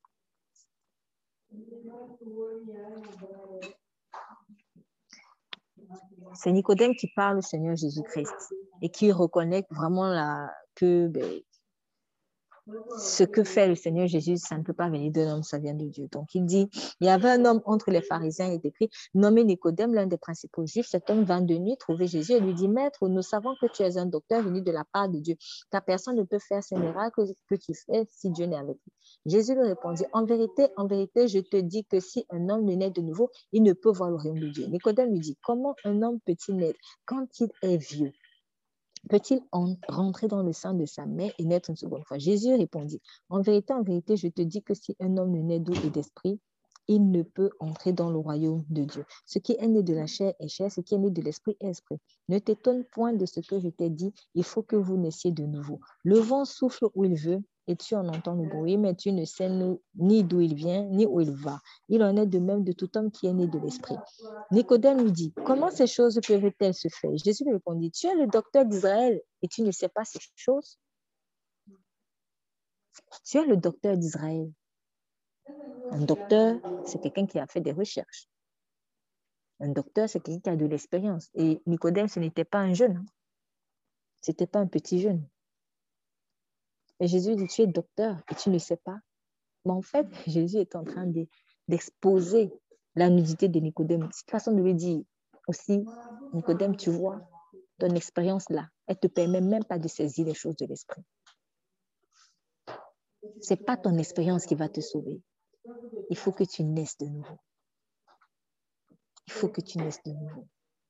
S2: C'est Nicodème qui parle au Seigneur Jésus-Christ et qui reconnaît vraiment que ce que fait le Seigneur Jésus, ça ne peut pas venir d'un homme, ça vient de Dieu. Donc il dit, il y avait un homme entre les pharisiens, il est écrit, nommé Nicodème, l'un des principaux juifs. Cet homme vint de nuit trouver Jésus et lui dit, Maître, nous savons que tu es un docteur venu de la part de Dieu, car personne ne peut faire ces miracles que tu fais si Dieu n'est avec lui. Jésus lui répondit, en vérité, je te dis que si un homme ne naît de nouveau, il ne peut voir le royaume de Dieu. Nicodème lui dit, comment un homme peut-il naître quand il est vieux? Peut-il rentrer dans le sein de sa mère et naître une seconde fois? Jésus répondit, en vérité, je te dis que si un homme ne naît d'eau et d'esprit, il ne peut entrer dans le royaume de Dieu. Ce qui est né de la chair est chair, ce qui est né de l'esprit est esprit. Ne t'étonne point de ce que je t'ai dit, il faut que vous naissiez de nouveau. Le vent souffle où il veut et tu en entends le bruit, mais tu ne sais ni d'où il vient, ni où il va. Il en est de même de tout homme qui est né de l'esprit. Nicodème lui dit, comment ces choses peuvent-elles se faire? Jésus lui répondit, tu es le docteur d'Israël et tu ne sais pas ces choses? Tu es le docteur d'Israël. Un docteur, c'est quelqu'un qui a fait des recherches. Un docteur, c'est quelqu'un qui a de l'expérience. Et Nicodème, ce n'était pas un jeune. Ce n'était pas un petit jeune. Et Jésus dit, tu es docteur et tu ne sais pas. Mais en fait, Jésus est en train d'exposer la nudité de Nicodème. C'est une façon de lui dire aussi, Nicodème, tu vois, ton expérience là, elle ne te permet même pas de saisir les choses de l'esprit. Ce n'est pas ton expérience qui va te sauver. Il faut que tu naisses de nouveau. Il faut que tu naisses de nouveau.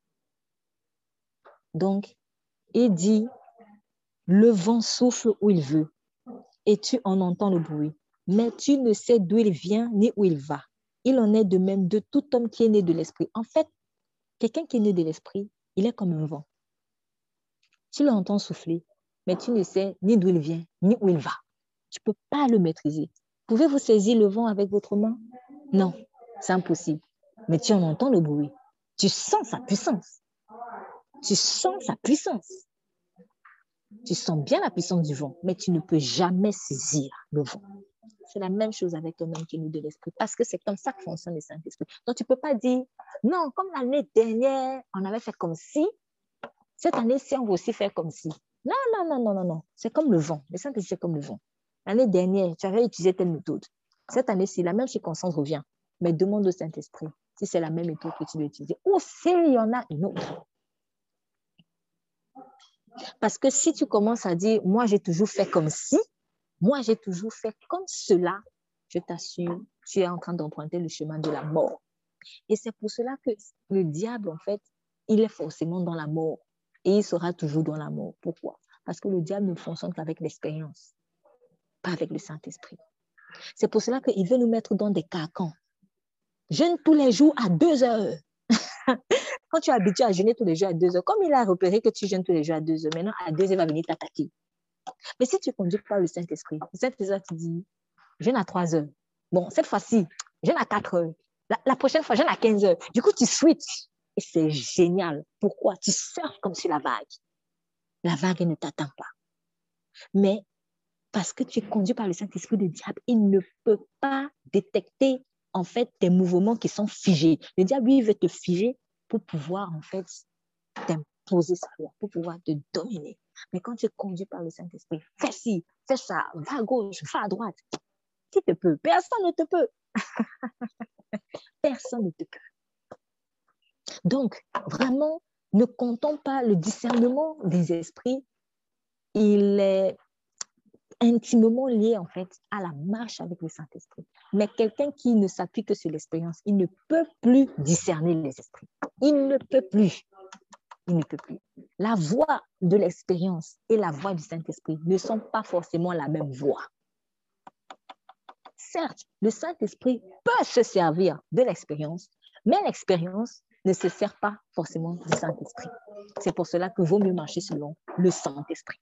S2: Donc, il dit, le vent souffle où il veut et tu en entends le bruit, mais tu ne sais d'où il vient ni où il va. Il en est de même de tout homme qui est né de l'esprit. En fait, quelqu'un qui est né de l'esprit, il est comme un vent. Tu l'entends souffler, mais tu ne sais ni d'où il vient ni où il va. Tu ne peux pas le maîtriser. Pouvez-vous saisir le vent avec votre main? Non, c'est impossible. Mais tu en entends le bruit. Tu sens sa puissance. Tu sens sa puissance. Tu sens bien la puissance du vent, mais tu ne peux jamais saisir le vent. C'est la même chose avec un homme qui est né de l'esprit, parce que c'est comme ça que fonctionne le Saint-Esprit. Donc, tu ne peux pas dire, non, comme l'année dernière, on avait fait comme si, cette année-ci, on va aussi faire comme si. Non, non, non, non, non, non. C'est comme le vent. Le Saint-Esprit, c'est comme le vent. L'année dernière, tu avais utilisé telle méthode. Cette année-ci, la même circonstance revient. Mais demande au Saint-Esprit si c'est la même méthode que tu dois utiliser ou s'il y en a une autre. Parce que si tu commences à dire, moi, j'ai toujours fait comme si, moi, j'ai toujours fait comme cela, je t'assure, tu es en train d'emprunter le chemin de la mort. Et c'est pour cela que le diable, en fait, il est forcément dans la mort. Et il sera toujours dans la mort. Pourquoi? Parce que le diable ne fonctionne qu'avec l'expérience, pas avec le Saint-Esprit. C'est pour cela qu'il veut nous mettre dans des carcans. Jeûne tous les jours à 2 heures. Quand tu es habitué à jeûner tous les jours à 2 heures, comme il a repéré que tu jeûnes tous les jours à 2 heures, maintenant à 2 heures, il va venir t'attaquer. Mais si tu conduis par le Saint-Esprit, le Saint-Esprit te dit, jeûne à 3 heures. Bon, cette fois-ci, jeûne à 4 heures. La prochaine fois, j'en ai à 15 heures. Du coup, tu switches. Et c'est génial. Pourquoi? Tu surfes comme sur la vague. La vague ne t'atteint pas. Mais parce que tu es conduit par le Saint-Esprit, le diable, il ne peut pas détecter en fait tes mouvements qui sont figés. Le diable, lui, il veut te figer pour pouvoir en fait t'imposer sa loi, pour pouvoir te dominer. Mais quand tu es conduit par le Saint-Esprit, fais ci, fais ça, va à gauche, va à droite. Qui te peut? Personne ne te peut. Personne ne te peut. Donc, vraiment, ne comptons pas le discernement des esprits. Il est intimement lié en fait à la marche avec le Saint-Esprit. Mais quelqu'un qui ne s'appuie que sur l'expérience, il ne peut plus discerner les esprits. Il ne peut plus. Il ne peut plus. La voix de l'expérience et la voix du Saint-Esprit ne sont pas forcément la même voix. Certes, le Saint-Esprit peut se servir de l'expérience, mais l'expérience ne se sert pas forcément du Saint-Esprit. C'est pour cela que vaut mieux marcher selon le Saint-Esprit.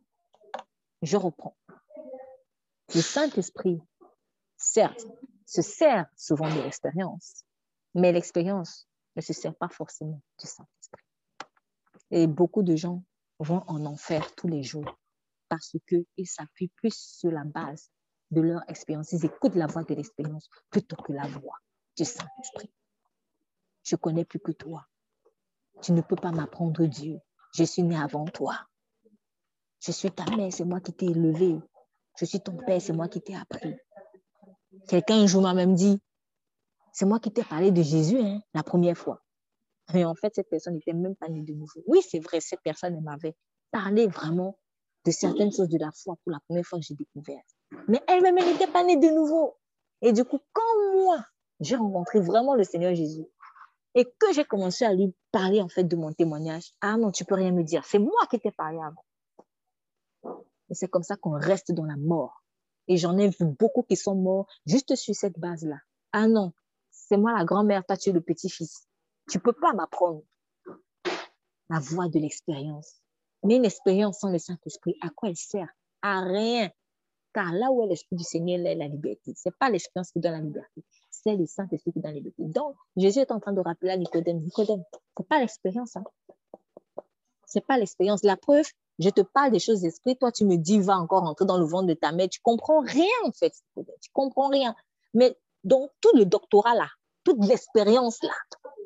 S2: Je reprends. Le Saint-Esprit, certes, se sert souvent de l'expérience, mais l'expérience ne se sert pas forcément du Saint-Esprit. Et beaucoup de gens vont en enfer tous les jours parce qu'ils s'appuient plus sur la base de leur expérience. Ils écoutent la voix de l'expérience plutôt que la voix du Saint-Esprit. Je connais plus que toi. Tu ne peux pas m'apprendre Dieu. Je suis né avant toi. Je suis ta mère, c'est moi qui t'ai élevé. Je suis ton père, c'est moi qui t'ai appris. Quelqu'un un jour m'a même dit, c'est moi qui t'ai parlé de Jésus la première fois. Mais en fait, cette personne n'était même pas née de nouveau. Oui, c'est vrai, cette personne m'avait parlé vraiment de certaines choses de la foi pour la première fois que j'ai découvert. Mais elle-même, elle n'était pas née de nouveau. Et du coup, quand moi, j'ai rencontré vraiment le Seigneur Jésus et que j'ai commencé à lui parler en fait de mon témoignage, ah non, tu peux rien me dire, c'est moi qui t'ai parlé avant. Et c'est comme ça qu'on reste dans la mort. Et j'en ai vu beaucoup qui sont morts juste sur cette base-là. Ah non, c'est moi la grand-mère, toi tu es le petit-fils. Tu ne peux pas m'apprendre la voie de l'expérience. Mais une expérience sans le Saint-Esprit, à quoi elle sert? À rien. Car là où est l'Esprit du Seigneur, là est la liberté. Ce n'est pas l'expérience qui donne la liberté, c'est le Saint-Esprit qui donne la liberté. Donc, Jésus est en train de rappeler à Nicodème, Nicodème, ce n'est pas l'expérience. Ce n'est pas l'expérience. La preuve, je te parle des choses d'esprit, toi tu me dis, va encore entrer dans le ventre de ta mère. Tu ne comprends rien en fait. Tu ne comprends rien. Mais donc, tout le doctorat là, toute l'expérience là,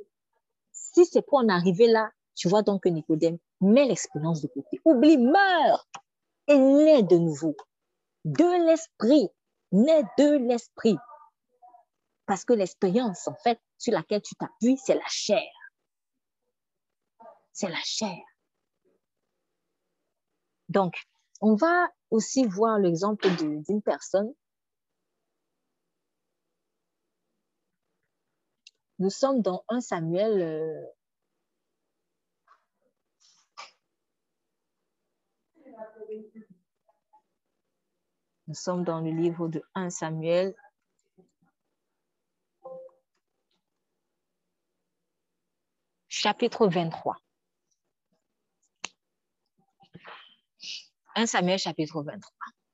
S2: si c'est pour en arriver là, tu vois donc que Nicodème met l'expérience de côté. Oublie, meurt et naît de nouveau. De l'esprit. Naît de l'esprit. Parce que l'expérience, en fait, sur laquelle tu t'appuies, c'est la chair. C'est la chair. Donc, on va aussi voir l'exemple d'une personne. Nous sommes dans 1 Samuel. Nous sommes dans le livre de 1 Samuel. Chapitre 23. 1 Samuel, chapitre 23.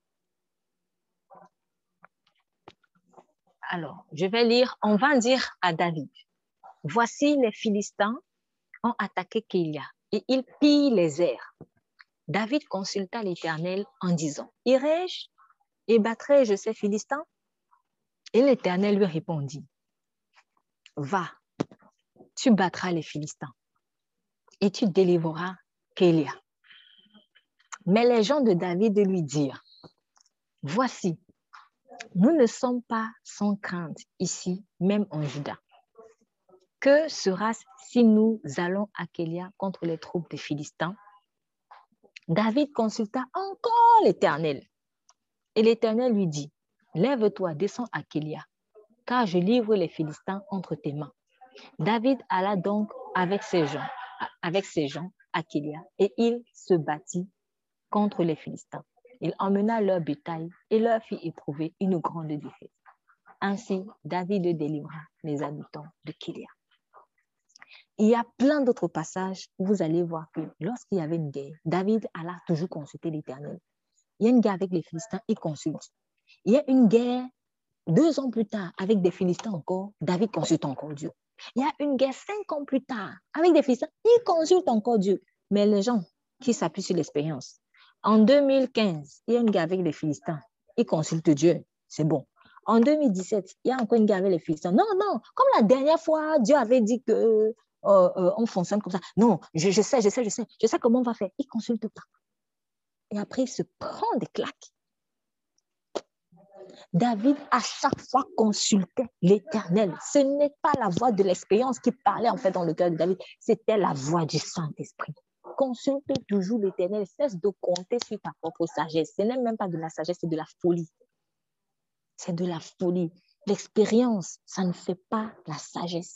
S2: Alors, je vais lire. On va dire à David, voici les Philistins ont attaqué Kélia et ils pillent les airs. David consulta l'Éternel en disant, irai-je et battrai-je ces Philistins? Et l'Éternel lui répondit, va, tu battras les Philistins et tu délivreras Kélia. Mais les gens de David lui dirent, voici, nous ne sommes pas sans crainte ici, même en Juda. Que sera-ce si nous allons à Kélia contre les troupes des Philistins? David consulta encore l'Éternel. Et l'Éternel lui dit, lève-toi, descends à Kélia, car je livre les Philistins entre tes mains. David alla donc avec ses gens à Kélia, et il se battit contre les Philistins. Il emmena leur bétail et leur fit éprouver une grande défaite. Ainsi, David délivra les habitants de Kélia. Il y a plein d'autres passages où vous allez voir que lorsqu'il y avait une guerre, David alla toujours consulter l'Éternel. Il y a une guerre avec les Philistins, il consulte. Il y a une guerre 2 ans plus tard, avec des Philistins encore, David consulte encore Dieu. Il y a une guerre 5 ans plus tard, avec des Philistins, il consulte encore Dieu. Mais les gens qui s'appuient sur l'expérience, en 2015, il y a une guerre avec les Philistins, ils consultent Dieu, c'est bon. En 2017, il y a encore une guerre avec les Philistins. Non, non, comme la dernière fois, Dieu avait dit que on fonctionne comme ça. Non, je sais comment on va faire. Il ne consulte pas. Et après, il se prend des claques. David, à chaque fois, consultait l'Éternel. Ce n'est pas la voix de l'expérience qui parlait en fait dans le cœur de David, c'était la voix du Saint-Esprit. Consulte toujours l'Éternel, cesse de compter sur ta propre sagesse. Ce n'est même pas de la sagesse, c'est de la folie. C'est de la folie. L'expérience, ça ne fait pas la sagesse.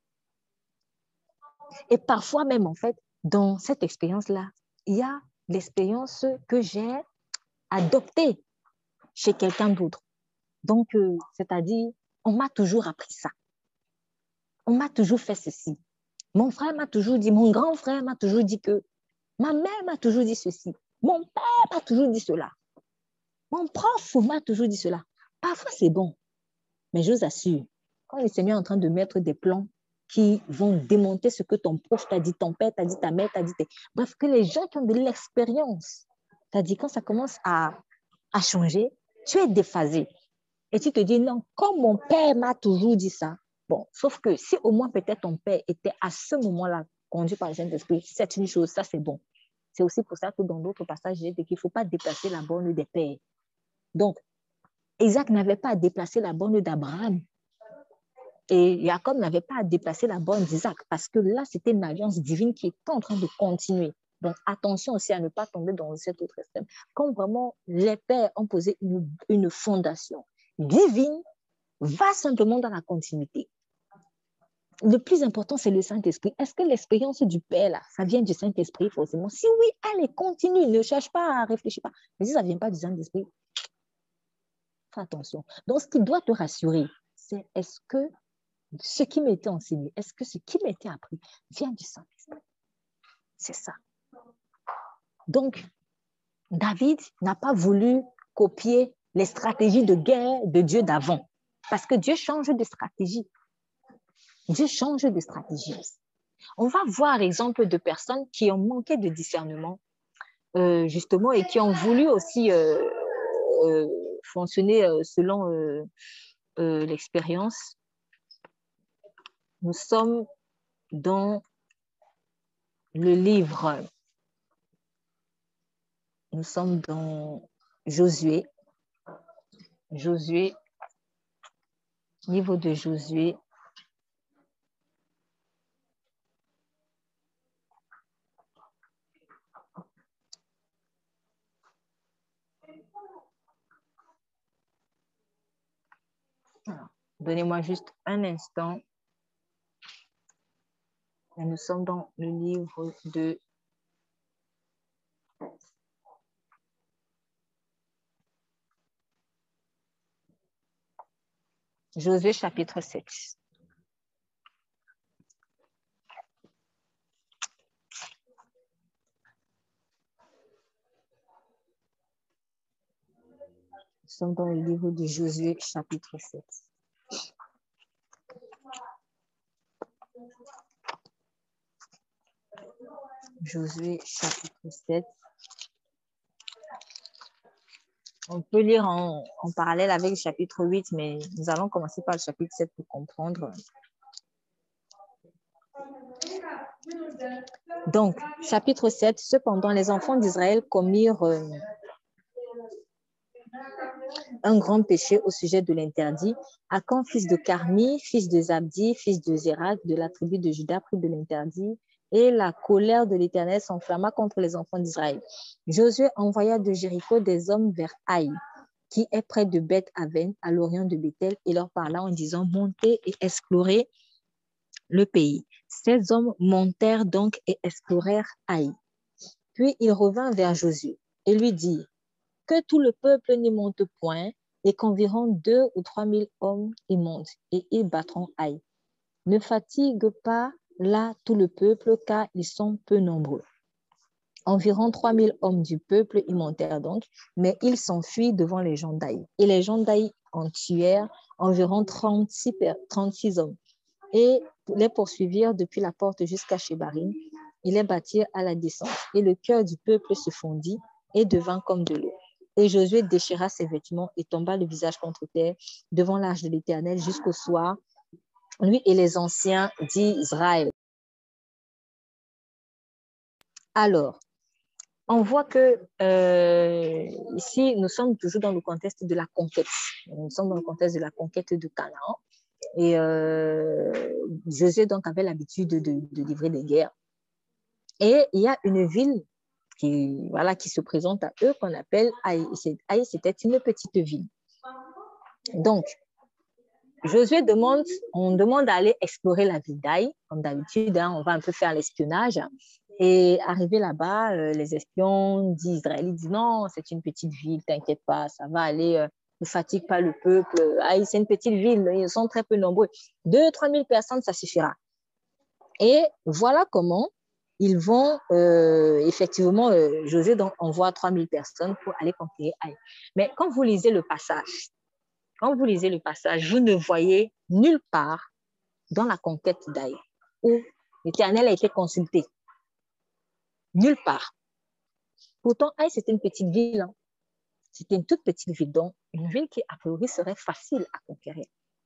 S2: Et parfois même, en fait, dans cette expérience-là, il y a l'expérience que j'ai adoptée chez quelqu'un d'autre. Donc, c'est-à-dire, on m'a toujours appris ça. On m'a toujours fait ceci. Mon frère m'a toujours dit, mon grand frère m'a toujours dit que, ma mère m'a toujours dit ceci. Mon père m'a toujours dit cela. Mon prof m'a toujours dit cela. Parfois, c'est bon. Mais je vous assure, quand le Seigneur est en train de mettre des plans qui vont démonter ce que ton proche t'a dit, ton père t'a dit, ta mère t'a dit, bref, que les gens qui ont de l'expérience, c'est-à-dire quand ça commence à changer, tu es déphasé. Et tu te dis, non, comme mon père m'a toujours dit ça, bon, sauf que si au moins peut-être ton père était à ce moment-là conduit par le Saint-Esprit, c'est une chose, ça c'est bon. C'est aussi pour ça que dans d'autres passages, j'ai dit qu'il ne faut pas déplacer la borne des pères. Donc, Isaac n'avait pas à déplacer la borne d'Abraham. Et Jacob n'avait pas à déplacer la borne d'Isaac parce que là, c'était une alliance divine qui était en train de continuer. Donc, attention aussi à ne pas tomber dans cet autre extrême. Quand vraiment les pères ont posé une fondation divine, va simplement dans la continuité. Le plus important, c'est le Saint-Esprit. Est-ce que l'expérience du Père, là, ça vient du Saint-Esprit forcément? Si oui, allez, continue, ne cherche pas à réfléchir pas. Mais si ça ne vient pas du Saint-Esprit, fais attention. Donc, ce qui doit te rassurer, c'est est-ce que ce qui m'était enseigné, est-ce que ce qui m'était appris vient du Saint-Esprit? C'est ça. Donc, David n'a pas voulu copier les stratégies de guerre de Dieu d'avant. Parce que Dieu change de stratégie. Dieu change de stratégie. On va voir l'exemple de personnes qui ont manqué de discernement, justement, et qui ont voulu aussi fonctionner selon l'expérience. Nous sommes dans le livre, nous sommes dans Josué, livre de Josué. Donnez-moi juste un instant. Et nous sommes dans le livre de Josué chapitre 7. Nous sommes dans le livre de Josué chapitre 7. Josué chapitre 7. On peut lire en parallèle avec le chapitre 8, mais nous allons commencer par le chapitre 7 pour comprendre. Donc, chapitre 7, cependant, les enfants d'Israël commirent un grand péché au sujet de l'interdit. Akan, fils de Carmi, fils de Zabdi, fils de Zérak, de la tribu de Juda, prit de l'interdit, et la colère de l'Éternel s'enflamma contre les enfants d'Israël. Josué envoya de Jéricho des hommes vers Haï, qui est près de Beth-Aven, à l'orient de Bethel, et leur parla en disant, montez et explorez le pays. Ces hommes montèrent donc et explorèrent Haï. Puis il revint vers Josué et lui dit, que tout le peuple n'y monte point, et qu'environ 2 ou 3 000 hommes y montent, et ils battront Haï. Ne fatigue pas là tout le peuple, car ils sont peu nombreux. Environ 3000 hommes du peuple y montèrent donc, mais ils s'enfuirent devant les gens d'Aï. Et les gens d'Aï en tuèrent environ 36 hommes et les poursuivirent depuis la porte jusqu'à Shebarim. Ils les battirent à la descente. Et le cœur du peuple se fondit et devint comme de l'eau. Et Josué déchira ses vêtements et tomba le visage contre terre devant l'arche de l'Éternel jusqu'au soir, lui et les anciens d'Israël. Alors, on voit que ici, nous sommes toujours dans le contexte de la conquête. Nous sommes dans le contexte de la conquête de Canaan. Et Josué donc avait l'habitude de livrer des guerres. Et il y a une ville qui se présente à eux qu'on appelle Aï. Aï, c'était une petite ville. Donc, Josué on demande d'aller explorer la ville d'Aï. Comme d'habitude, hein, on va un peu faire l'espionnage. Et arrivé là-bas, les espions d'Israël disent non, c'est une petite ville, t'inquiète pas, ça va aller, ne fatigue pas le peuple. Aïe, c'est une petite ville, ils sont très peu nombreux. 2-3 000 personnes, ça suffira. Et voilà comment ils vont, effectivement, Josué envoie 3 000 personnes pour aller conquérir Aïe. Mais quand vous lisez le passage, vous ne voyez nulle part dans la conquête d'Aïe où l'Éternel a été consulté. Nulle part. Pourtant, Aïe, c'était une petite ville. Hein. C'était une toute petite ville, donc une ville qui, a priori, serait facile à conquérir.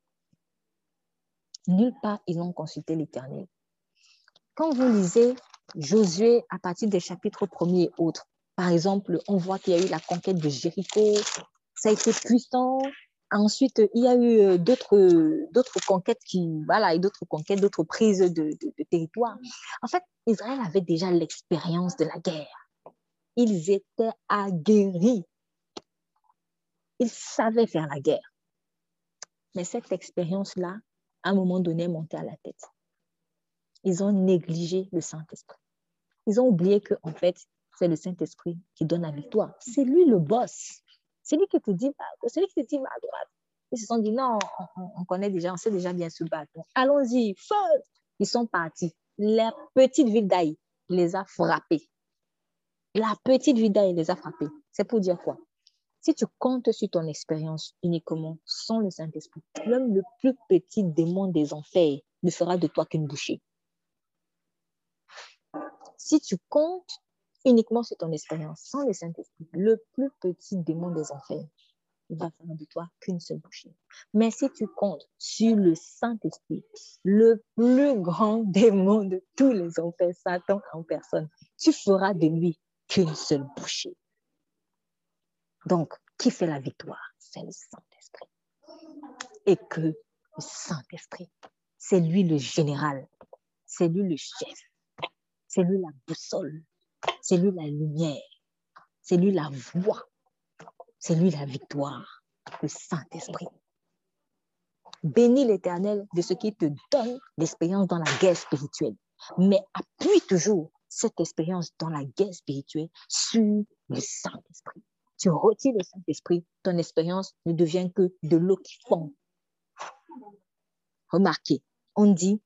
S2: Nulle part, ils n'ont consulté l'Éternel. Quand vous lisez Josué à partir des chapitres 1er et autres, par exemple, on voit qu'il y a eu la conquête de Jéricho, ça a été puissant. Ensuite, il y a eu d'autres conquêtes d'autres prises de territoire. En fait, Israël avait déjà l'expérience de la guerre. Ils étaient aguerris. Ils savaient faire la guerre. Mais cette expérience-là, à un moment donné, est montée à la tête. Ils ont négligé le Saint-Esprit. Ils ont oublié qu'en fait, c'est le Saint-Esprit qui donne la victoire. C'est lui le boss. C'est lui qui te dit, va à droite. Ils se sont dit, non, on sait déjà bien se battre. Allons-y, feu! Ils sont partis. La petite ville d'Aï les a frappés. La petite ville d'Aï les a frappés. C'est pour dire quoi? Si tu comptes sur ton expérience uniquement sans le Saint-Esprit, même le plus petit démon des enfers ne fera de toi qu'une bouchée. Si tu comptes uniquement sur ton expérience sans le Saint-Esprit, le plus petit démon des enfers ne va faire de toi qu'une seule bouchée. Mais si tu comptes sur le Saint-Esprit, le plus grand démon de tous les enfers, Satan en personne, tu feras de lui qu'une seule bouchée. Donc, qui fait la victoire? C'est le Saint-Esprit. Et que le Saint-Esprit, c'est lui le général, c'est lui le chef, c'est lui la boussole, c'est lui la lumière, c'est lui la voix, c'est lui la victoire, le Saint-Esprit. Bénis l'Éternel de ce qui te donne l'expérience dans la guerre spirituelle, mais appuie toujours cette expérience dans la guerre spirituelle sur le Saint-Esprit. Tu retires le Saint-Esprit, ton expérience ne devient que de l'eau qui fond. Remarquez, on dit,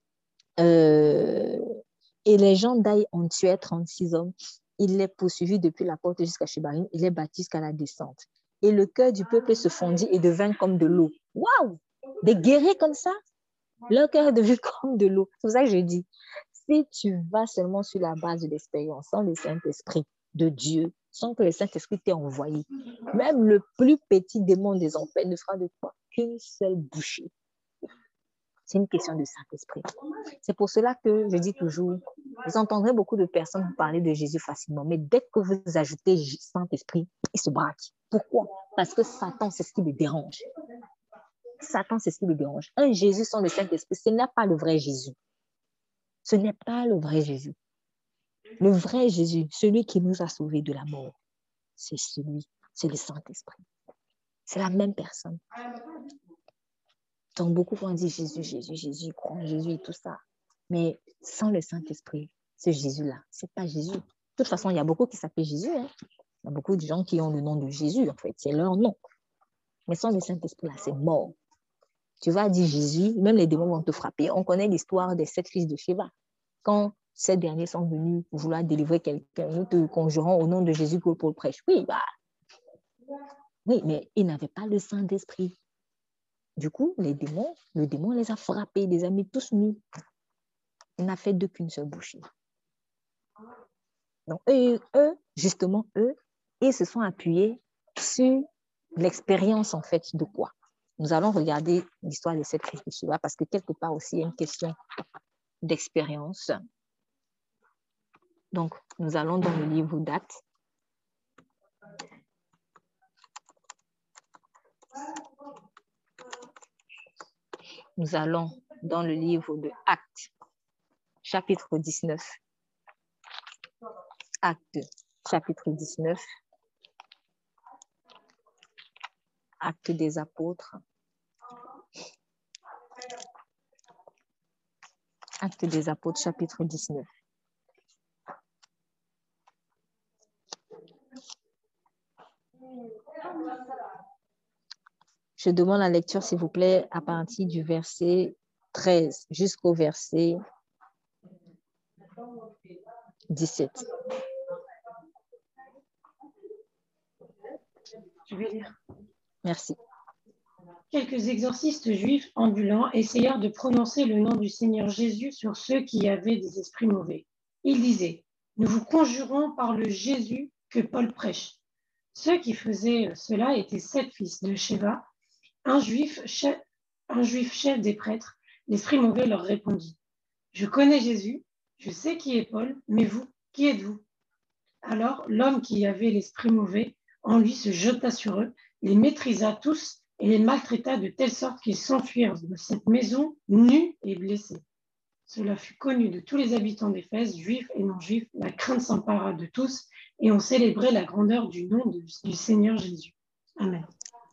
S2: et les gens d'Aï ont tué 36 hommes, ils les poursuivirent depuis la porte jusqu'à Shebarim, ils les battirent jusqu'à la descente. Et le cœur du peuple se fondit et devint comme de l'eau. Waouh! Des guerriers comme ça, leur cœur est devenu comme de l'eau. C'est pour ça que je dis, si tu vas seulement sur la base de l'expérience, sans le Saint-Esprit de Dieu, sans que le Saint-Esprit t'ait envoyé, même le plus petit démon des enfers ne fera de toi qu'une seule bouchée. C'est une question de Saint-Esprit. C'est pour cela que je dis toujours, vous entendrez beaucoup de personnes vous parler de Jésus facilement, mais dès que vous ajoutez Saint-Esprit, il se braque. Pourquoi? Parce que Satan, c'est ce qui le dérange. Satan, c'est ce qui le dérange. Un Jésus sans le Saint-Esprit, ce n'est pas le vrai Jésus. Ce n'est pas le vrai Jésus. Le vrai Jésus, celui qui nous a sauvés de la mort, c'est le Saint-Esprit. C'est la même personne. Donc, beaucoup vont dire Jésus, crois en Jésus et tout ça. Mais sans le Saint-Esprit, ce Jésus-là, ce n'est pas Jésus. De toute façon, il y a beaucoup qui s'appellent Jésus. Hein. Il y a beaucoup de gens qui ont le nom de Jésus, en fait. C'est leur nom. Mais sans le Saint-Esprit, là, c'est mort. Tu vas dire Jésus, même les démons vont te frapper. On connaît l'histoire des 7 fils de Sheba. Quand ces derniers sont venus pour vouloir délivrer quelqu'un. Nous te conjurons au nom de Jésus que Paul prêche. Oui, oui, mais ils n'avaient pas le Saint-Esprit. Du coup, le démon les a frappés, les a mis tous nus. Il n'a fait d'eux qu'une seule bouchée. Donc, justement, ils se sont appuyés sur l'expérience, en fait, de quoi? Nous allons regarder l'histoire de cette fille de Sheba parce que quelque part aussi, il y a une question d'expérience. Donc, nous allons dans le livre d'Actes. Nous allons dans le livre de Actes, chapitre 19. Actes, chapitre 19. Actes des apôtres. Actes des apôtres, chapitre 19. Je demande la lecture, s'il vous plaît, à partir du verset 13 jusqu'au verset 17.
S3: Je vais lire.
S2: Merci.
S3: Quelques exorcistes juifs ambulants essayèrent de prononcer le nom du Seigneur Jésus sur ceux qui avaient des esprits mauvais. Ils disaient, « Nous vous conjurons par le Jésus que Paul prêche. » Ceux qui faisaient cela étaient 7 fils de Sheba, un juif chef des prêtres. L'esprit mauvais leur répondit, « Je connais Jésus, je sais qui est Paul, mais vous, qui êtes-vous » Alors l'homme qui avait l'esprit mauvais en lui se jeta sur eux, les maîtrisa tous et les maltraita de telle sorte qu'ils s'enfuirent de cette maison nus et blessés. Cela fut connu de tous les habitants d'Éphèse, juifs et non-juifs. La crainte s'empara de tous et on célébrait la grandeur du nom du Seigneur Jésus. Amen.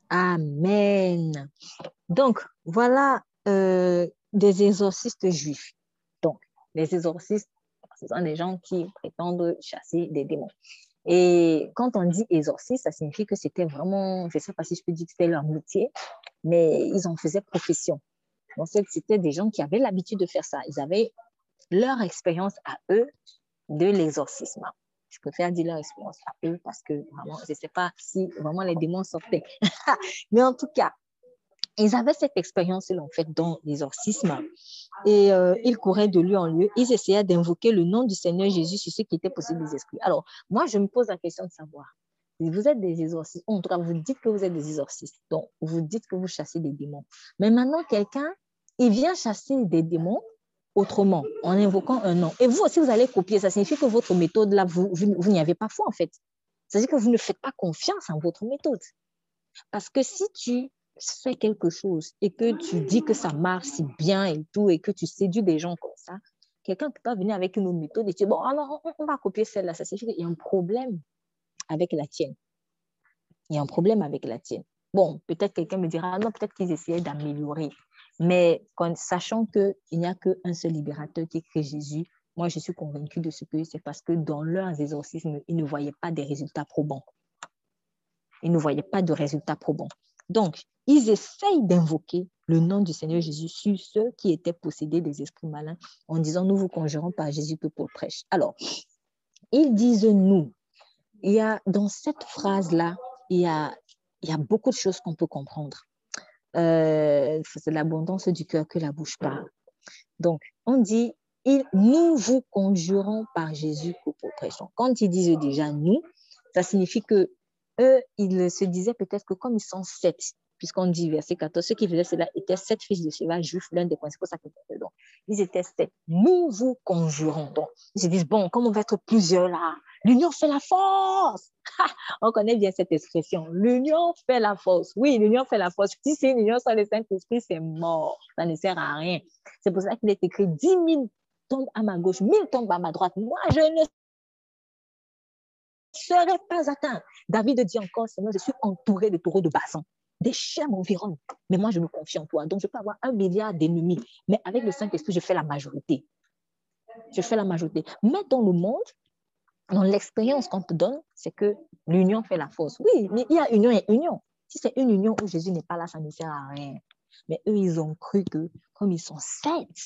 S2: Amen. Donc, voilà des exorcistes juifs. Donc, les exorcistes, ce sont des gens qui prétendent chasser des démons. Et quand on dit exorciste, ça signifie que c'était vraiment, je ne sais pas si je peux dire que c'était leur métier, mais ils en faisaient profession. Donc, c'était des gens qui avaient l'habitude de faire ça. Ils avaient leur expérience à eux de l'exorcisme. Je préfère dire leur expérience à eux parce que vraiment, je ne sais pas si vraiment les démons sortaient. Mais en tout cas, ils avaient cette expérience-là, en fait, dans l'exorcisme. Et ils couraient de lieu en lieu. Ils essayaient d'invoquer le nom du Seigneur Jésus sur ceux qui étaient possédés des esprits. Alors, moi, je me pose la question de savoir, vous êtes des exorcistes, en tout cas, vous dites que vous êtes des exorcistes, donc vous dites que vous chassez des démons. Mais maintenant, quelqu'un, il vient chasser des démons autrement, en invoquant un nom. Et vous aussi, vous allez copier. Ça signifie que votre méthode, là, vous n'y avez pas foi, en fait. C'est-à-dire que vous ne faites pas confiance en votre méthode. Parce que si tu fais quelque chose et que tu dis que ça marche si bien et tout, et que tu séduis des gens comme ça, quelqu'un ne peut pas venir avec une autre méthode et dire, bon, alors on va copier celle-là. Ça signifie qu'il y a un problème avec la tienne. Il y a un problème avec la tienne. Bon, peut-être quelqu'un me dira, non, peut-être qu'ils essayaient d'améliorer. Mais sachant qu'il n'y a qu'un seul libérateur qui est Christ Jésus, moi, je suis convaincue de ce que c'est parce que dans leurs exorcismes, ils ne voyaient pas des résultats probants. Ils ne voyaient pas de résultats probants. Donc, ils essayent d'invoquer le nom du Seigneur Jésus sur ceux qui étaient possédés des esprits malins en disant, nous vous conjurons par Jésus que Paul prêche. Alors, ils disent nous. Il y a, dans cette phrase-là, il y a beaucoup de choses qu'on peut comprendre. C'est l'abondance du cœur que la bouche parle. Donc, on dit, nous vous conjurons par Jésus que Paul prêche. Quand ils disent déjà nous, ça signifie que eux, ils se disaient peut-être que comme ils sont 7, puisqu'on dit verset 14, ceux qui faisaient cela étaient 7 fils de Sheba, juifs, l'un des principaux sacrificateurs. Donc, ils étaient 7. Nous vous conjurons. Donc, ils se disent, bon, comme on va être plusieurs là, l'union fait la force. On connaît bien cette expression. L'union fait la force. Oui, l'union fait la force. Si c'est une union sans le Saint-Esprit, c'est mort. Ça ne sert à rien. C'est pour ça qu'il est écrit 10 000 tombent à ma gauche, 1000 tombent à ma droite. Moi, je ne serai pas atteint. David dit encore, Seigneur, je suis entouré de taureaux de Basan. Des chiens m'environnent. Mais moi, je me confie en toi. Donc, je peux avoir 1 milliard d'ennemis. Mais avec le Saint-Esprit, je fais la majorité. Je fais la majorité. Mais dans le monde, dans l'expérience qu'on te donne, c'est que l'union fait la force. Oui, mais il y a union et union. Si c'est une union où Jésus n'est pas là, ça ne sert à rien. Mais eux, ils ont cru que, comme ils sont 7,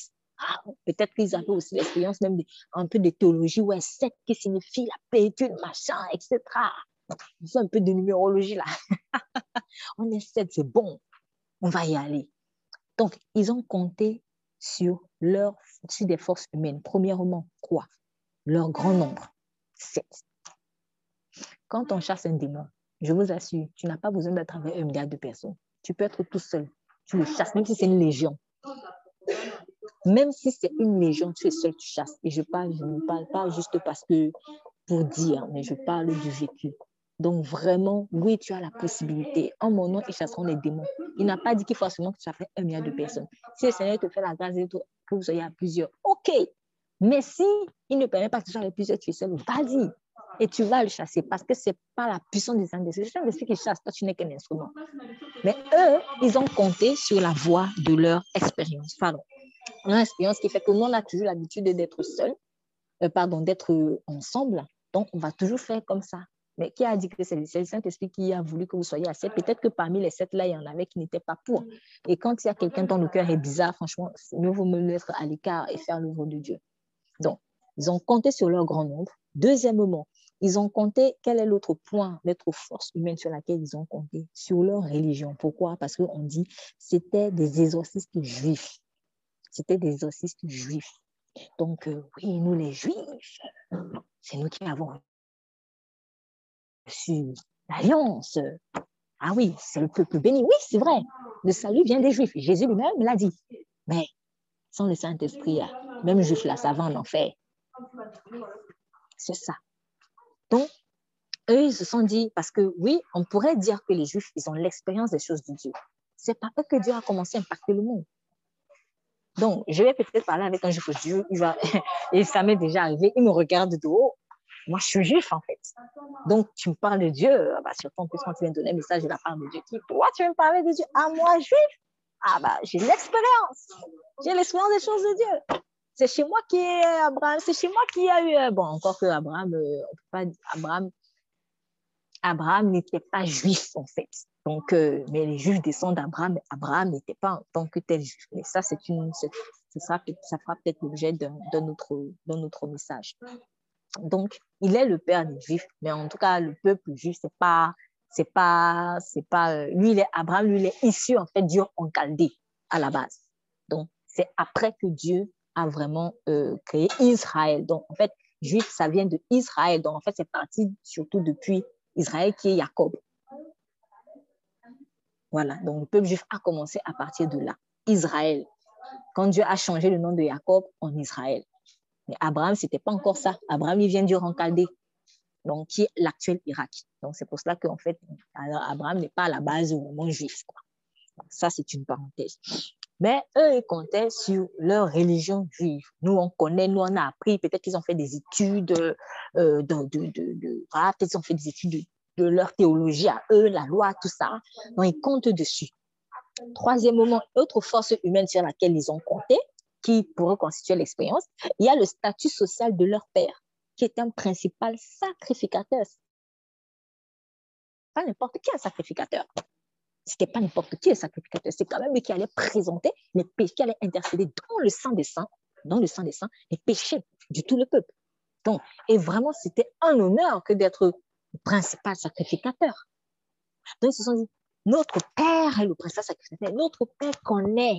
S2: Peut-être qu'ils avaient aussi l'expérience même un peu de théologie, ouais, 7 qui signifie la plénitude, machin, etc. On fait un peu de numérologie là. On est 7, c'est bon, on va y aller. Donc, ils ont compté sur des forces humaines. Premièrement, quoi? Leur grand nombre, 7. Quand on chasse un démon, je vous assure, tu n'as pas besoin d'être avec 1 milliard de personnes. Tu peux être tout seul. Tu le chasses, même si c'est une légion. Même si c'est une légion, tu es seul, tu chasses. Et je ne parle pas juste parce que pour dire, mais je parle du vécu. Donc vraiment, oui, tu as la possibilité. En mon nom, ils chasseront les démons. Il n'a pas dit qu'il faut seulement que tu fasses 1 milliard de personnes. Si le Seigneur te fait la grâce que vous soyez à plusieurs, ok. Mais si il ne permet pas que tu sois avec plusieurs, tu es seul, vas-y. Et tu vas le chasser parce que ce n'est pas la puissance des Saint-Esprit. C'est Saint-Esprit qui chasse, toi tu n'es qu'un instrument. Mais eux, ils ont compté sur la voie de leur expérience. Pardon. Leur expérience qui fait que nous, on a toujours l'habitude d'être seuls, d'être ensemble. Donc, on va toujours faire comme ça. Mais qui a dit que c'est le Saint-Esprit qui a voulu que vous soyez à 7? Peut-être que parmi les 7 là, il y en avait qui n'étaient pas pour. Et quand il y a quelqu'un dont le cœur est bizarre, franchement, mieux vaut me mettre à l'écart et faire l'œuvre de Dieu. Donc, ils ont compté sur leur grand nombre. Deuxièmement, ils ont compté, quel est l'autre point, l'autre force humaine sur laquelle ils ont compté? Sur leur religion. Pourquoi? Parce qu'on dit que c'était des exorcistes juifs. C'était des exorcistes juifs. Donc, oui, nous les juifs, c'est nous qui avons reçu l'alliance. Ah oui, c'est le peuple béni. Oui, c'est vrai. Le salut vient des juifs. Jésus lui-même l'a dit. Mais sans le Saint-Esprit, même juif là, ça va en enfer. C'est ça. Donc, eux, ils se sont dit, parce que oui, on pourrait dire que les juifs, ils ont l'expérience des choses de Dieu. C'est par eux que Dieu a commencé à impacter le monde. Donc, je vais peut-être parler avec un juif Dieu, et ça m'est déjà arrivé, il me regarde de haut. Moi, je suis juif, en fait. Donc, tu me parles de Dieu, surtout en plus quand tu viens donner un message de la part de Dieu. Toi, tu veux me parler de Dieu? Ah, moi, juif? J'ai l'expérience. J'ai l'expérience des choses de Dieu. C'est chez moi qui est Abraham, c'est chez moi qui a eu... Bon, encore que Abraham, on peut pas dire Abraham n'était pas juif, en fait. Donc, mais les juifs descendent d'Abraham, mais Abraham n'était pas en tant que tel juif. Mais ça, ça fera peut-être l'objet d'un autre message. Donc, il est le père des juifs, mais en tout cas, le peuple juif, Abraham, lui, il est issu, en fait, Dieu en Chaldée, à la base. Donc, c'est après que Dieu a vraiment créé Israël. Donc, en fait, juif, ça vient de Israël. Donc, en fait, c'est parti surtout depuis Israël qui est Jacob. Voilà, donc le peuple juif a commencé à partir de là. Israël, quand Dieu a changé le nom de Jacob en Israël. Mais Abraham, ce n'était pas encore ça. Abraham, il vient d'Ur en Chaldée, donc qui est l'actuel Irak. Donc c'est pour cela qu'en fait, Abraham n'est pas à la base vraiment juif, quoi. Donc, ça, c'est une parenthèse. Mais eux, ils comptaient sur leur religion juive. Nous, on connaît, nous, on a appris. Peut-être qu'ils ont fait des études peut-être qu'ils ont fait des études de leur théologie à eux, la loi, tout ça. Donc, ils comptent dessus. Troisièmement, autre force humaine sur laquelle ils ont compté, qui pourrait constituer l'expérience, il y a le statut social de leur père, qui est un principal sacrificateur. Pas n'importe qui un sacrificateur. C'était pas n'importe qui un sacrificateur. C'est quand même lui qui allait présenter les péchés, qui allait intercéder dans le sang des saints, les péchés de tout le peuple. Donc, et vraiment, c'était un honneur que d'être le principal sacrificateur. Donc, ils se sont dit, notre Père est le principal sacrificateur. Notre Père connaît.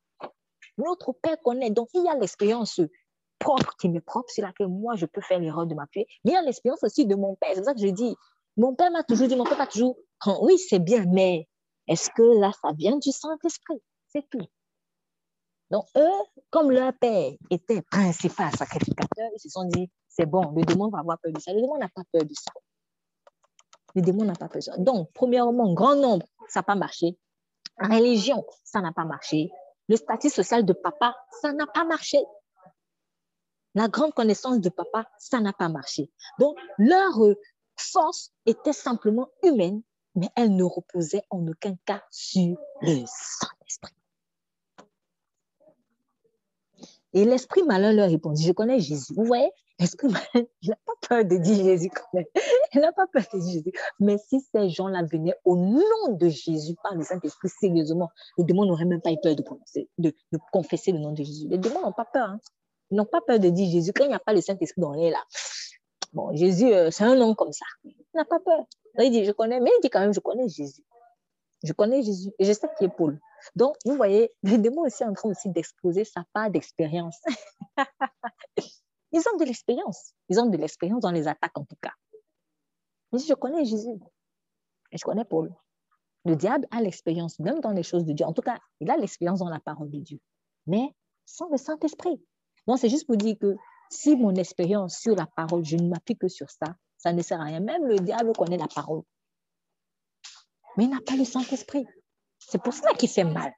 S2: Donc, il y a l'expérience propre qui m'est propre, sur laquelle moi, je peux faire l'erreur de m'appuyer. Mais il y a l'expérience aussi de mon Père. C'est pour ça que je dis, mon Père m'a toujours dit, mon Père m'a toujours, oui, c'est bien, mais est-ce que là, ça vient du Saint-Esprit? C'est tout. Donc, eux, comme leur Père était principal sacrificateur, ils se sont dit, c'est bon, le démon va avoir peur de ça. Le démon n'a pas peur de ça. Le démon n'a pas peur de ça. Donc, premièrement, grand nombre, ça n'a pas marché. Religion, ça n'a pas marché. Le statut social de papa, ça n'a pas marché. La grande connaissance de papa, ça n'a pas marché. Donc, leur force était simplement humaine, mais elle ne reposait en aucun cas sur le Saint-Esprit. Et l'esprit malin leur répondit, je connais Jésus. Vous voyez, Est-ce que il n'a pas peur de dire Jésus quand même? Il n'a pas peur de dire Jésus. Mais si ces gens-là venaient au nom de Jésus par le Saint-Esprit sérieusement, les démons n'auraient même pas eu peur de confesser le nom de Jésus. Les démons n'ont pas peur. Hein. Ils n'ont pas peur de dire Jésus. Quand il n'y a pas le Saint-Esprit dans l'air, là, bon, Jésus, c'est un nom comme ça. Il n'a pas peur. Là, il dit, je connais, mais il dit quand même, je connais Jésus. Je connais Jésus et je sais qui est Paul. Donc, vous voyez, les démons aussi en train aussi d'exposer sa part d'expérience. Ils ont de l'expérience. Ils ont de l'expérience dans les attaques, en tout cas. Il dit, je connais Jésus et je connais Paul. Le diable a l'expérience, même dans les choses de Dieu. En tout cas, il a l'expérience dans la parole de Dieu, mais sans le Saint-Esprit. Donc, c'est juste pour dire que si mon expérience sur la parole, je ne m'appuie que sur ça, ça ne sert à rien. Même le diable connaît la parole, mais il n'a pas le Saint-Esprit. C'est pour cela qu'il fait mal.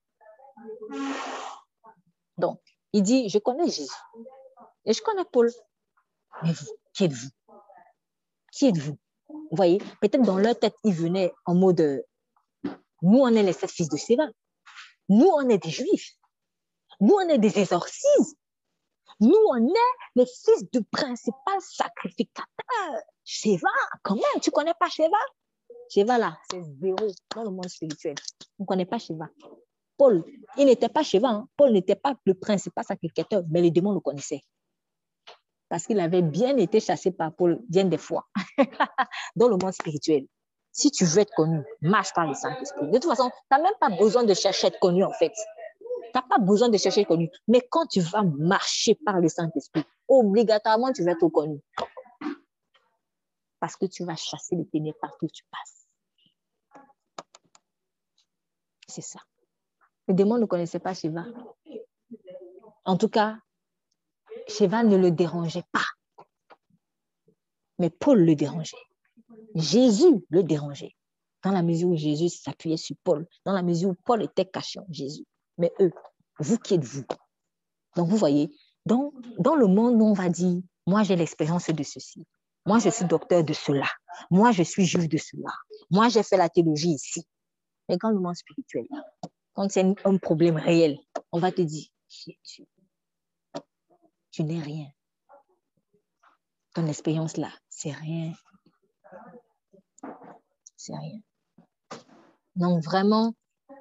S2: Donc, il dit, je connais Jésus et je connais Paul. Mais vous, qui êtes-vous? Qui êtes-vous? Vous voyez, peut-être dans leur tête, ils venaient en mode, nous, on est les 7 fils de Séva. Nous, on est des Juifs. Nous, on est des exorcistes. Nous, on est les fils du principal sacrificateur. Sheva, quand même, tu ne connais pas Sheva? Sheva, là, c'est zéro dans le monde spirituel. On ne connaît pas Sheva. Paul, il n'était pas Sheva. Hein. Paul n'était pas le principal sacrificateur, mais les démons le connaissaient. Parce qu'il avait bien été chassé par Paul bien des fois dans le monde spirituel. Si tu veux être connu, marche par le Saint-Esprit. De toute façon, tu n'as même pas besoin de chercher à être connu, en fait. Tu n'as pas besoin de chercher à être connu. Mais quand tu vas marcher par le Saint-Esprit, obligatoirement, tu vas être connu. Parce que tu vas chasser les ténèbres partout où tu passes. C'est ça. Les démons ne connaissaient pas Sheva. En tout cas, Sheva ne le dérangeait pas. Mais Paul le dérangeait. Jésus le dérangeait. Dans la mesure où Jésus s'appuyait sur Paul. Dans la mesure où Paul était caché en Jésus. Mais eux, vous qui êtes-vous? Donc, vous voyez, dans le monde, on va dire, moi, j'ai l'expérience de ceci. Moi, je suis docteur de cela. Moi, je suis juge de cela. Moi, j'ai fait la théologie ici. Mais quand le monde spirituel, quand c'est un problème réel, on va te dire, tu n'es rien. Ton expérience là, c'est rien. C'est rien. Donc, vraiment,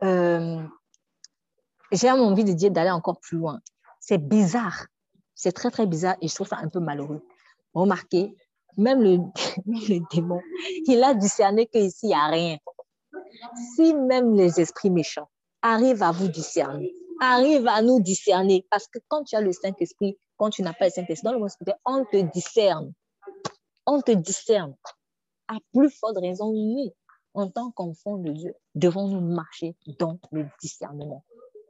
S2: j'ai envie de dire d'aller encore plus loin. C'est bizarre. C'est très, très bizarre et je trouve ça un peu malheureux. Remarquez, même le démon, il a discerné qu'ici, il n'y a rien. Si même les esprits méchants arrivent à vous discerner, arrivent à nous discerner, parce que quand tu as le Saint-Esprit, quand tu n'as pas le Saint-Esprit, dans le monde spirituel, on te discerne. On te discerne. À plus forte raison, oui, en tant qu'enfant de Dieu, devons-nous marcher dans le discernement.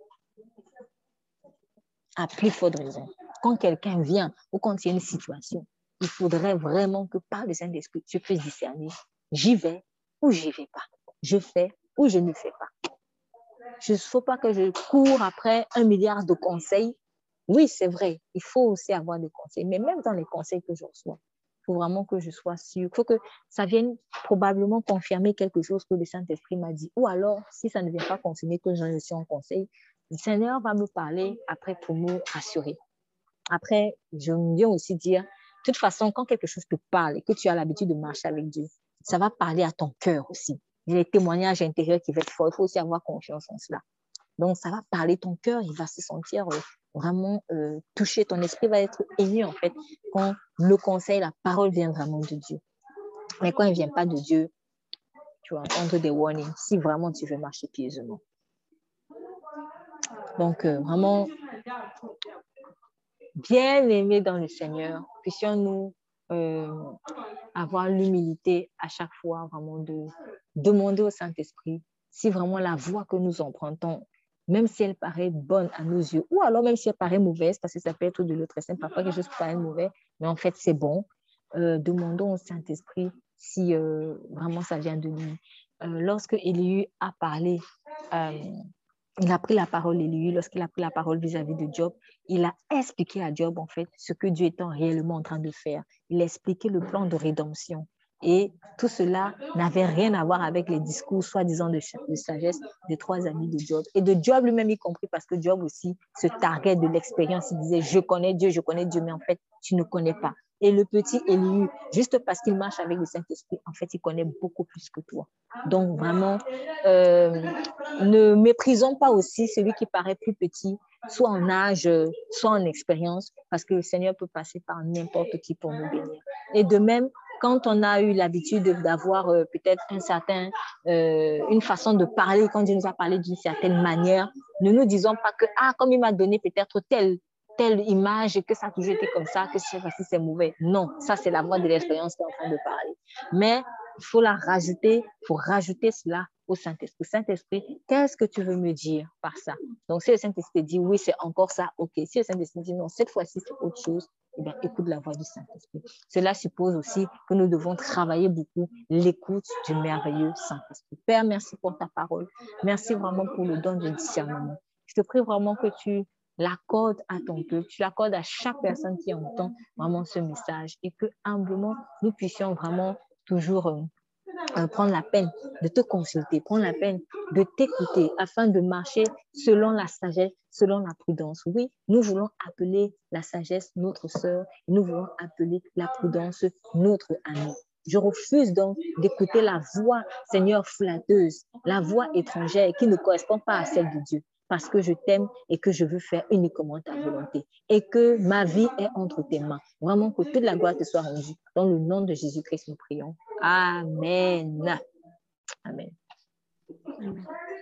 S2: À plus forte raison. Quand quelqu'un vient ou quand il y a une situation, il faudrait vraiment que par le Saint-Esprit, tu puisses discerner. J'y vais ou j'y vais pas. Je fais ou je ne fais pas. Il ne faut pas que je cours après 1 milliard de conseils. Oui, c'est vrai, il faut aussi avoir des conseils. Mais même dans les conseils que je reçois, il faut vraiment que je sois sûre. Il faut que ça vienne probablement confirmer quelque chose que le Saint-Esprit m'a dit. Ou alors, si ça ne vient pas confirmer que j'en suis en conseil, le Seigneur va me parler après pour me rassurer. Après, je viens aussi dire, de toute façon, quand quelque chose te parle et que tu as l'habitude de marcher avec Dieu, ça va parler à ton cœur aussi. Il y a les témoignages intérieurs qui vont être forts. Il faut aussi avoir confiance en cela. Donc, ça va parler ton cœur. Il va se sentir vraiment touché. Ton esprit va être ému, en fait, quand le conseil, la parole vient vraiment de Dieu. Mais quand elle ne vient pas de Dieu, tu vas entendre des warnings si vraiment tu veux marcher pieusement. Donc, vraiment, bien aimés dans le Seigneur, puissions-nous avoir l'humilité à chaque fois vraiment de demander au Saint-Esprit si vraiment la voie que nous empruntons, même si elle paraît bonne à nos yeux, ou alors même si elle paraît mauvaise, parce que ça peut être de l'autre sein, parfois quelque chose paraît mauvais, mais en fait c'est bon. Demandons au Saint-Esprit si vraiment ça vient de lui. Lorsque Élie a parlé, il a pris la parole, Élie, lorsqu'il a pris la parole vis-à-vis de Job, il a expliqué à Job, en fait, ce que Dieu était réellement en train de faire. Il a expliqué le plan de rédemption. Et tout cela n'avait rien à voir avec les discours, soi-disant, de sagesse des 3 amis de Job. Et de Job lui-même y compris, parce que Job aussi se targuait de l'expérience. Il disait, je connais Dieu, mais en fait, tu ne connais pas. Et le petit Élie, juste parce qu'il marche avec le Saint-Esprit, en fait, il connaît beaucoup plus que toi. Donc, vraiment, ne méprisons pas aussi celui qui paraît plus petit, soit en âge, soit en expérience, parce que le Seigneur peut passer par n'importe qui pour nous bénir. Et de même, quand on a eu l'habitude d'avoir peut-être une façon de parler, quand Dieu nous a parlé d'une certaine manière, ne nous disons pas que, comme il m'a donné peut-être telle image, que ça a toujours été comme ça, que c'est mauvais. Non, ça c'est la voix de l'expérience qui est en train de parler. Mais il faut rajouter cela au Saint-Esprit. Saint-Esprit, qu'est-ce que tu veux me dire par ça? Donc, si le Saint-Esprit dit oui, c'est encore ça, ok. Si le Saint-Esprit dit non, cette fois-ci, c'est autre chose, eh bien, écoute la voix du Saint-Esprit. Cela suppose aussi que nous devons travailler beaucoup l'écoute du merveilleux Saint-Esprit. Père, merci pour ta parole. Merci vraiment pour le don de discernement. Je te prie vraiment que tu l'accordes à ton peuple, tu l'accordes à chaque personne qui entend vraiment ce message et que humblement, nous puissions vraiment toujours prendre la peine de te consulter, prendre la peine de t'écouter afin de marcher selon la sagesse, selon la prudence. Oui, nous voulons appeler la sagesse notre sœur, nous voulons appeler la prudence notre amie. Je refuse donc d'écouter la voix, Seigneur, flatteuse, la voix étrangère qui ne correspond pas à celle de Dieu, parce que je t'aime et que je veux faire uniquement ta volonté et que ma vie est entre tes mains. Vraiment que toute la gloire te soit rendue. Dans le nom de Jésus-Christ, nous prions. Amen. Amen.
S3: Amen.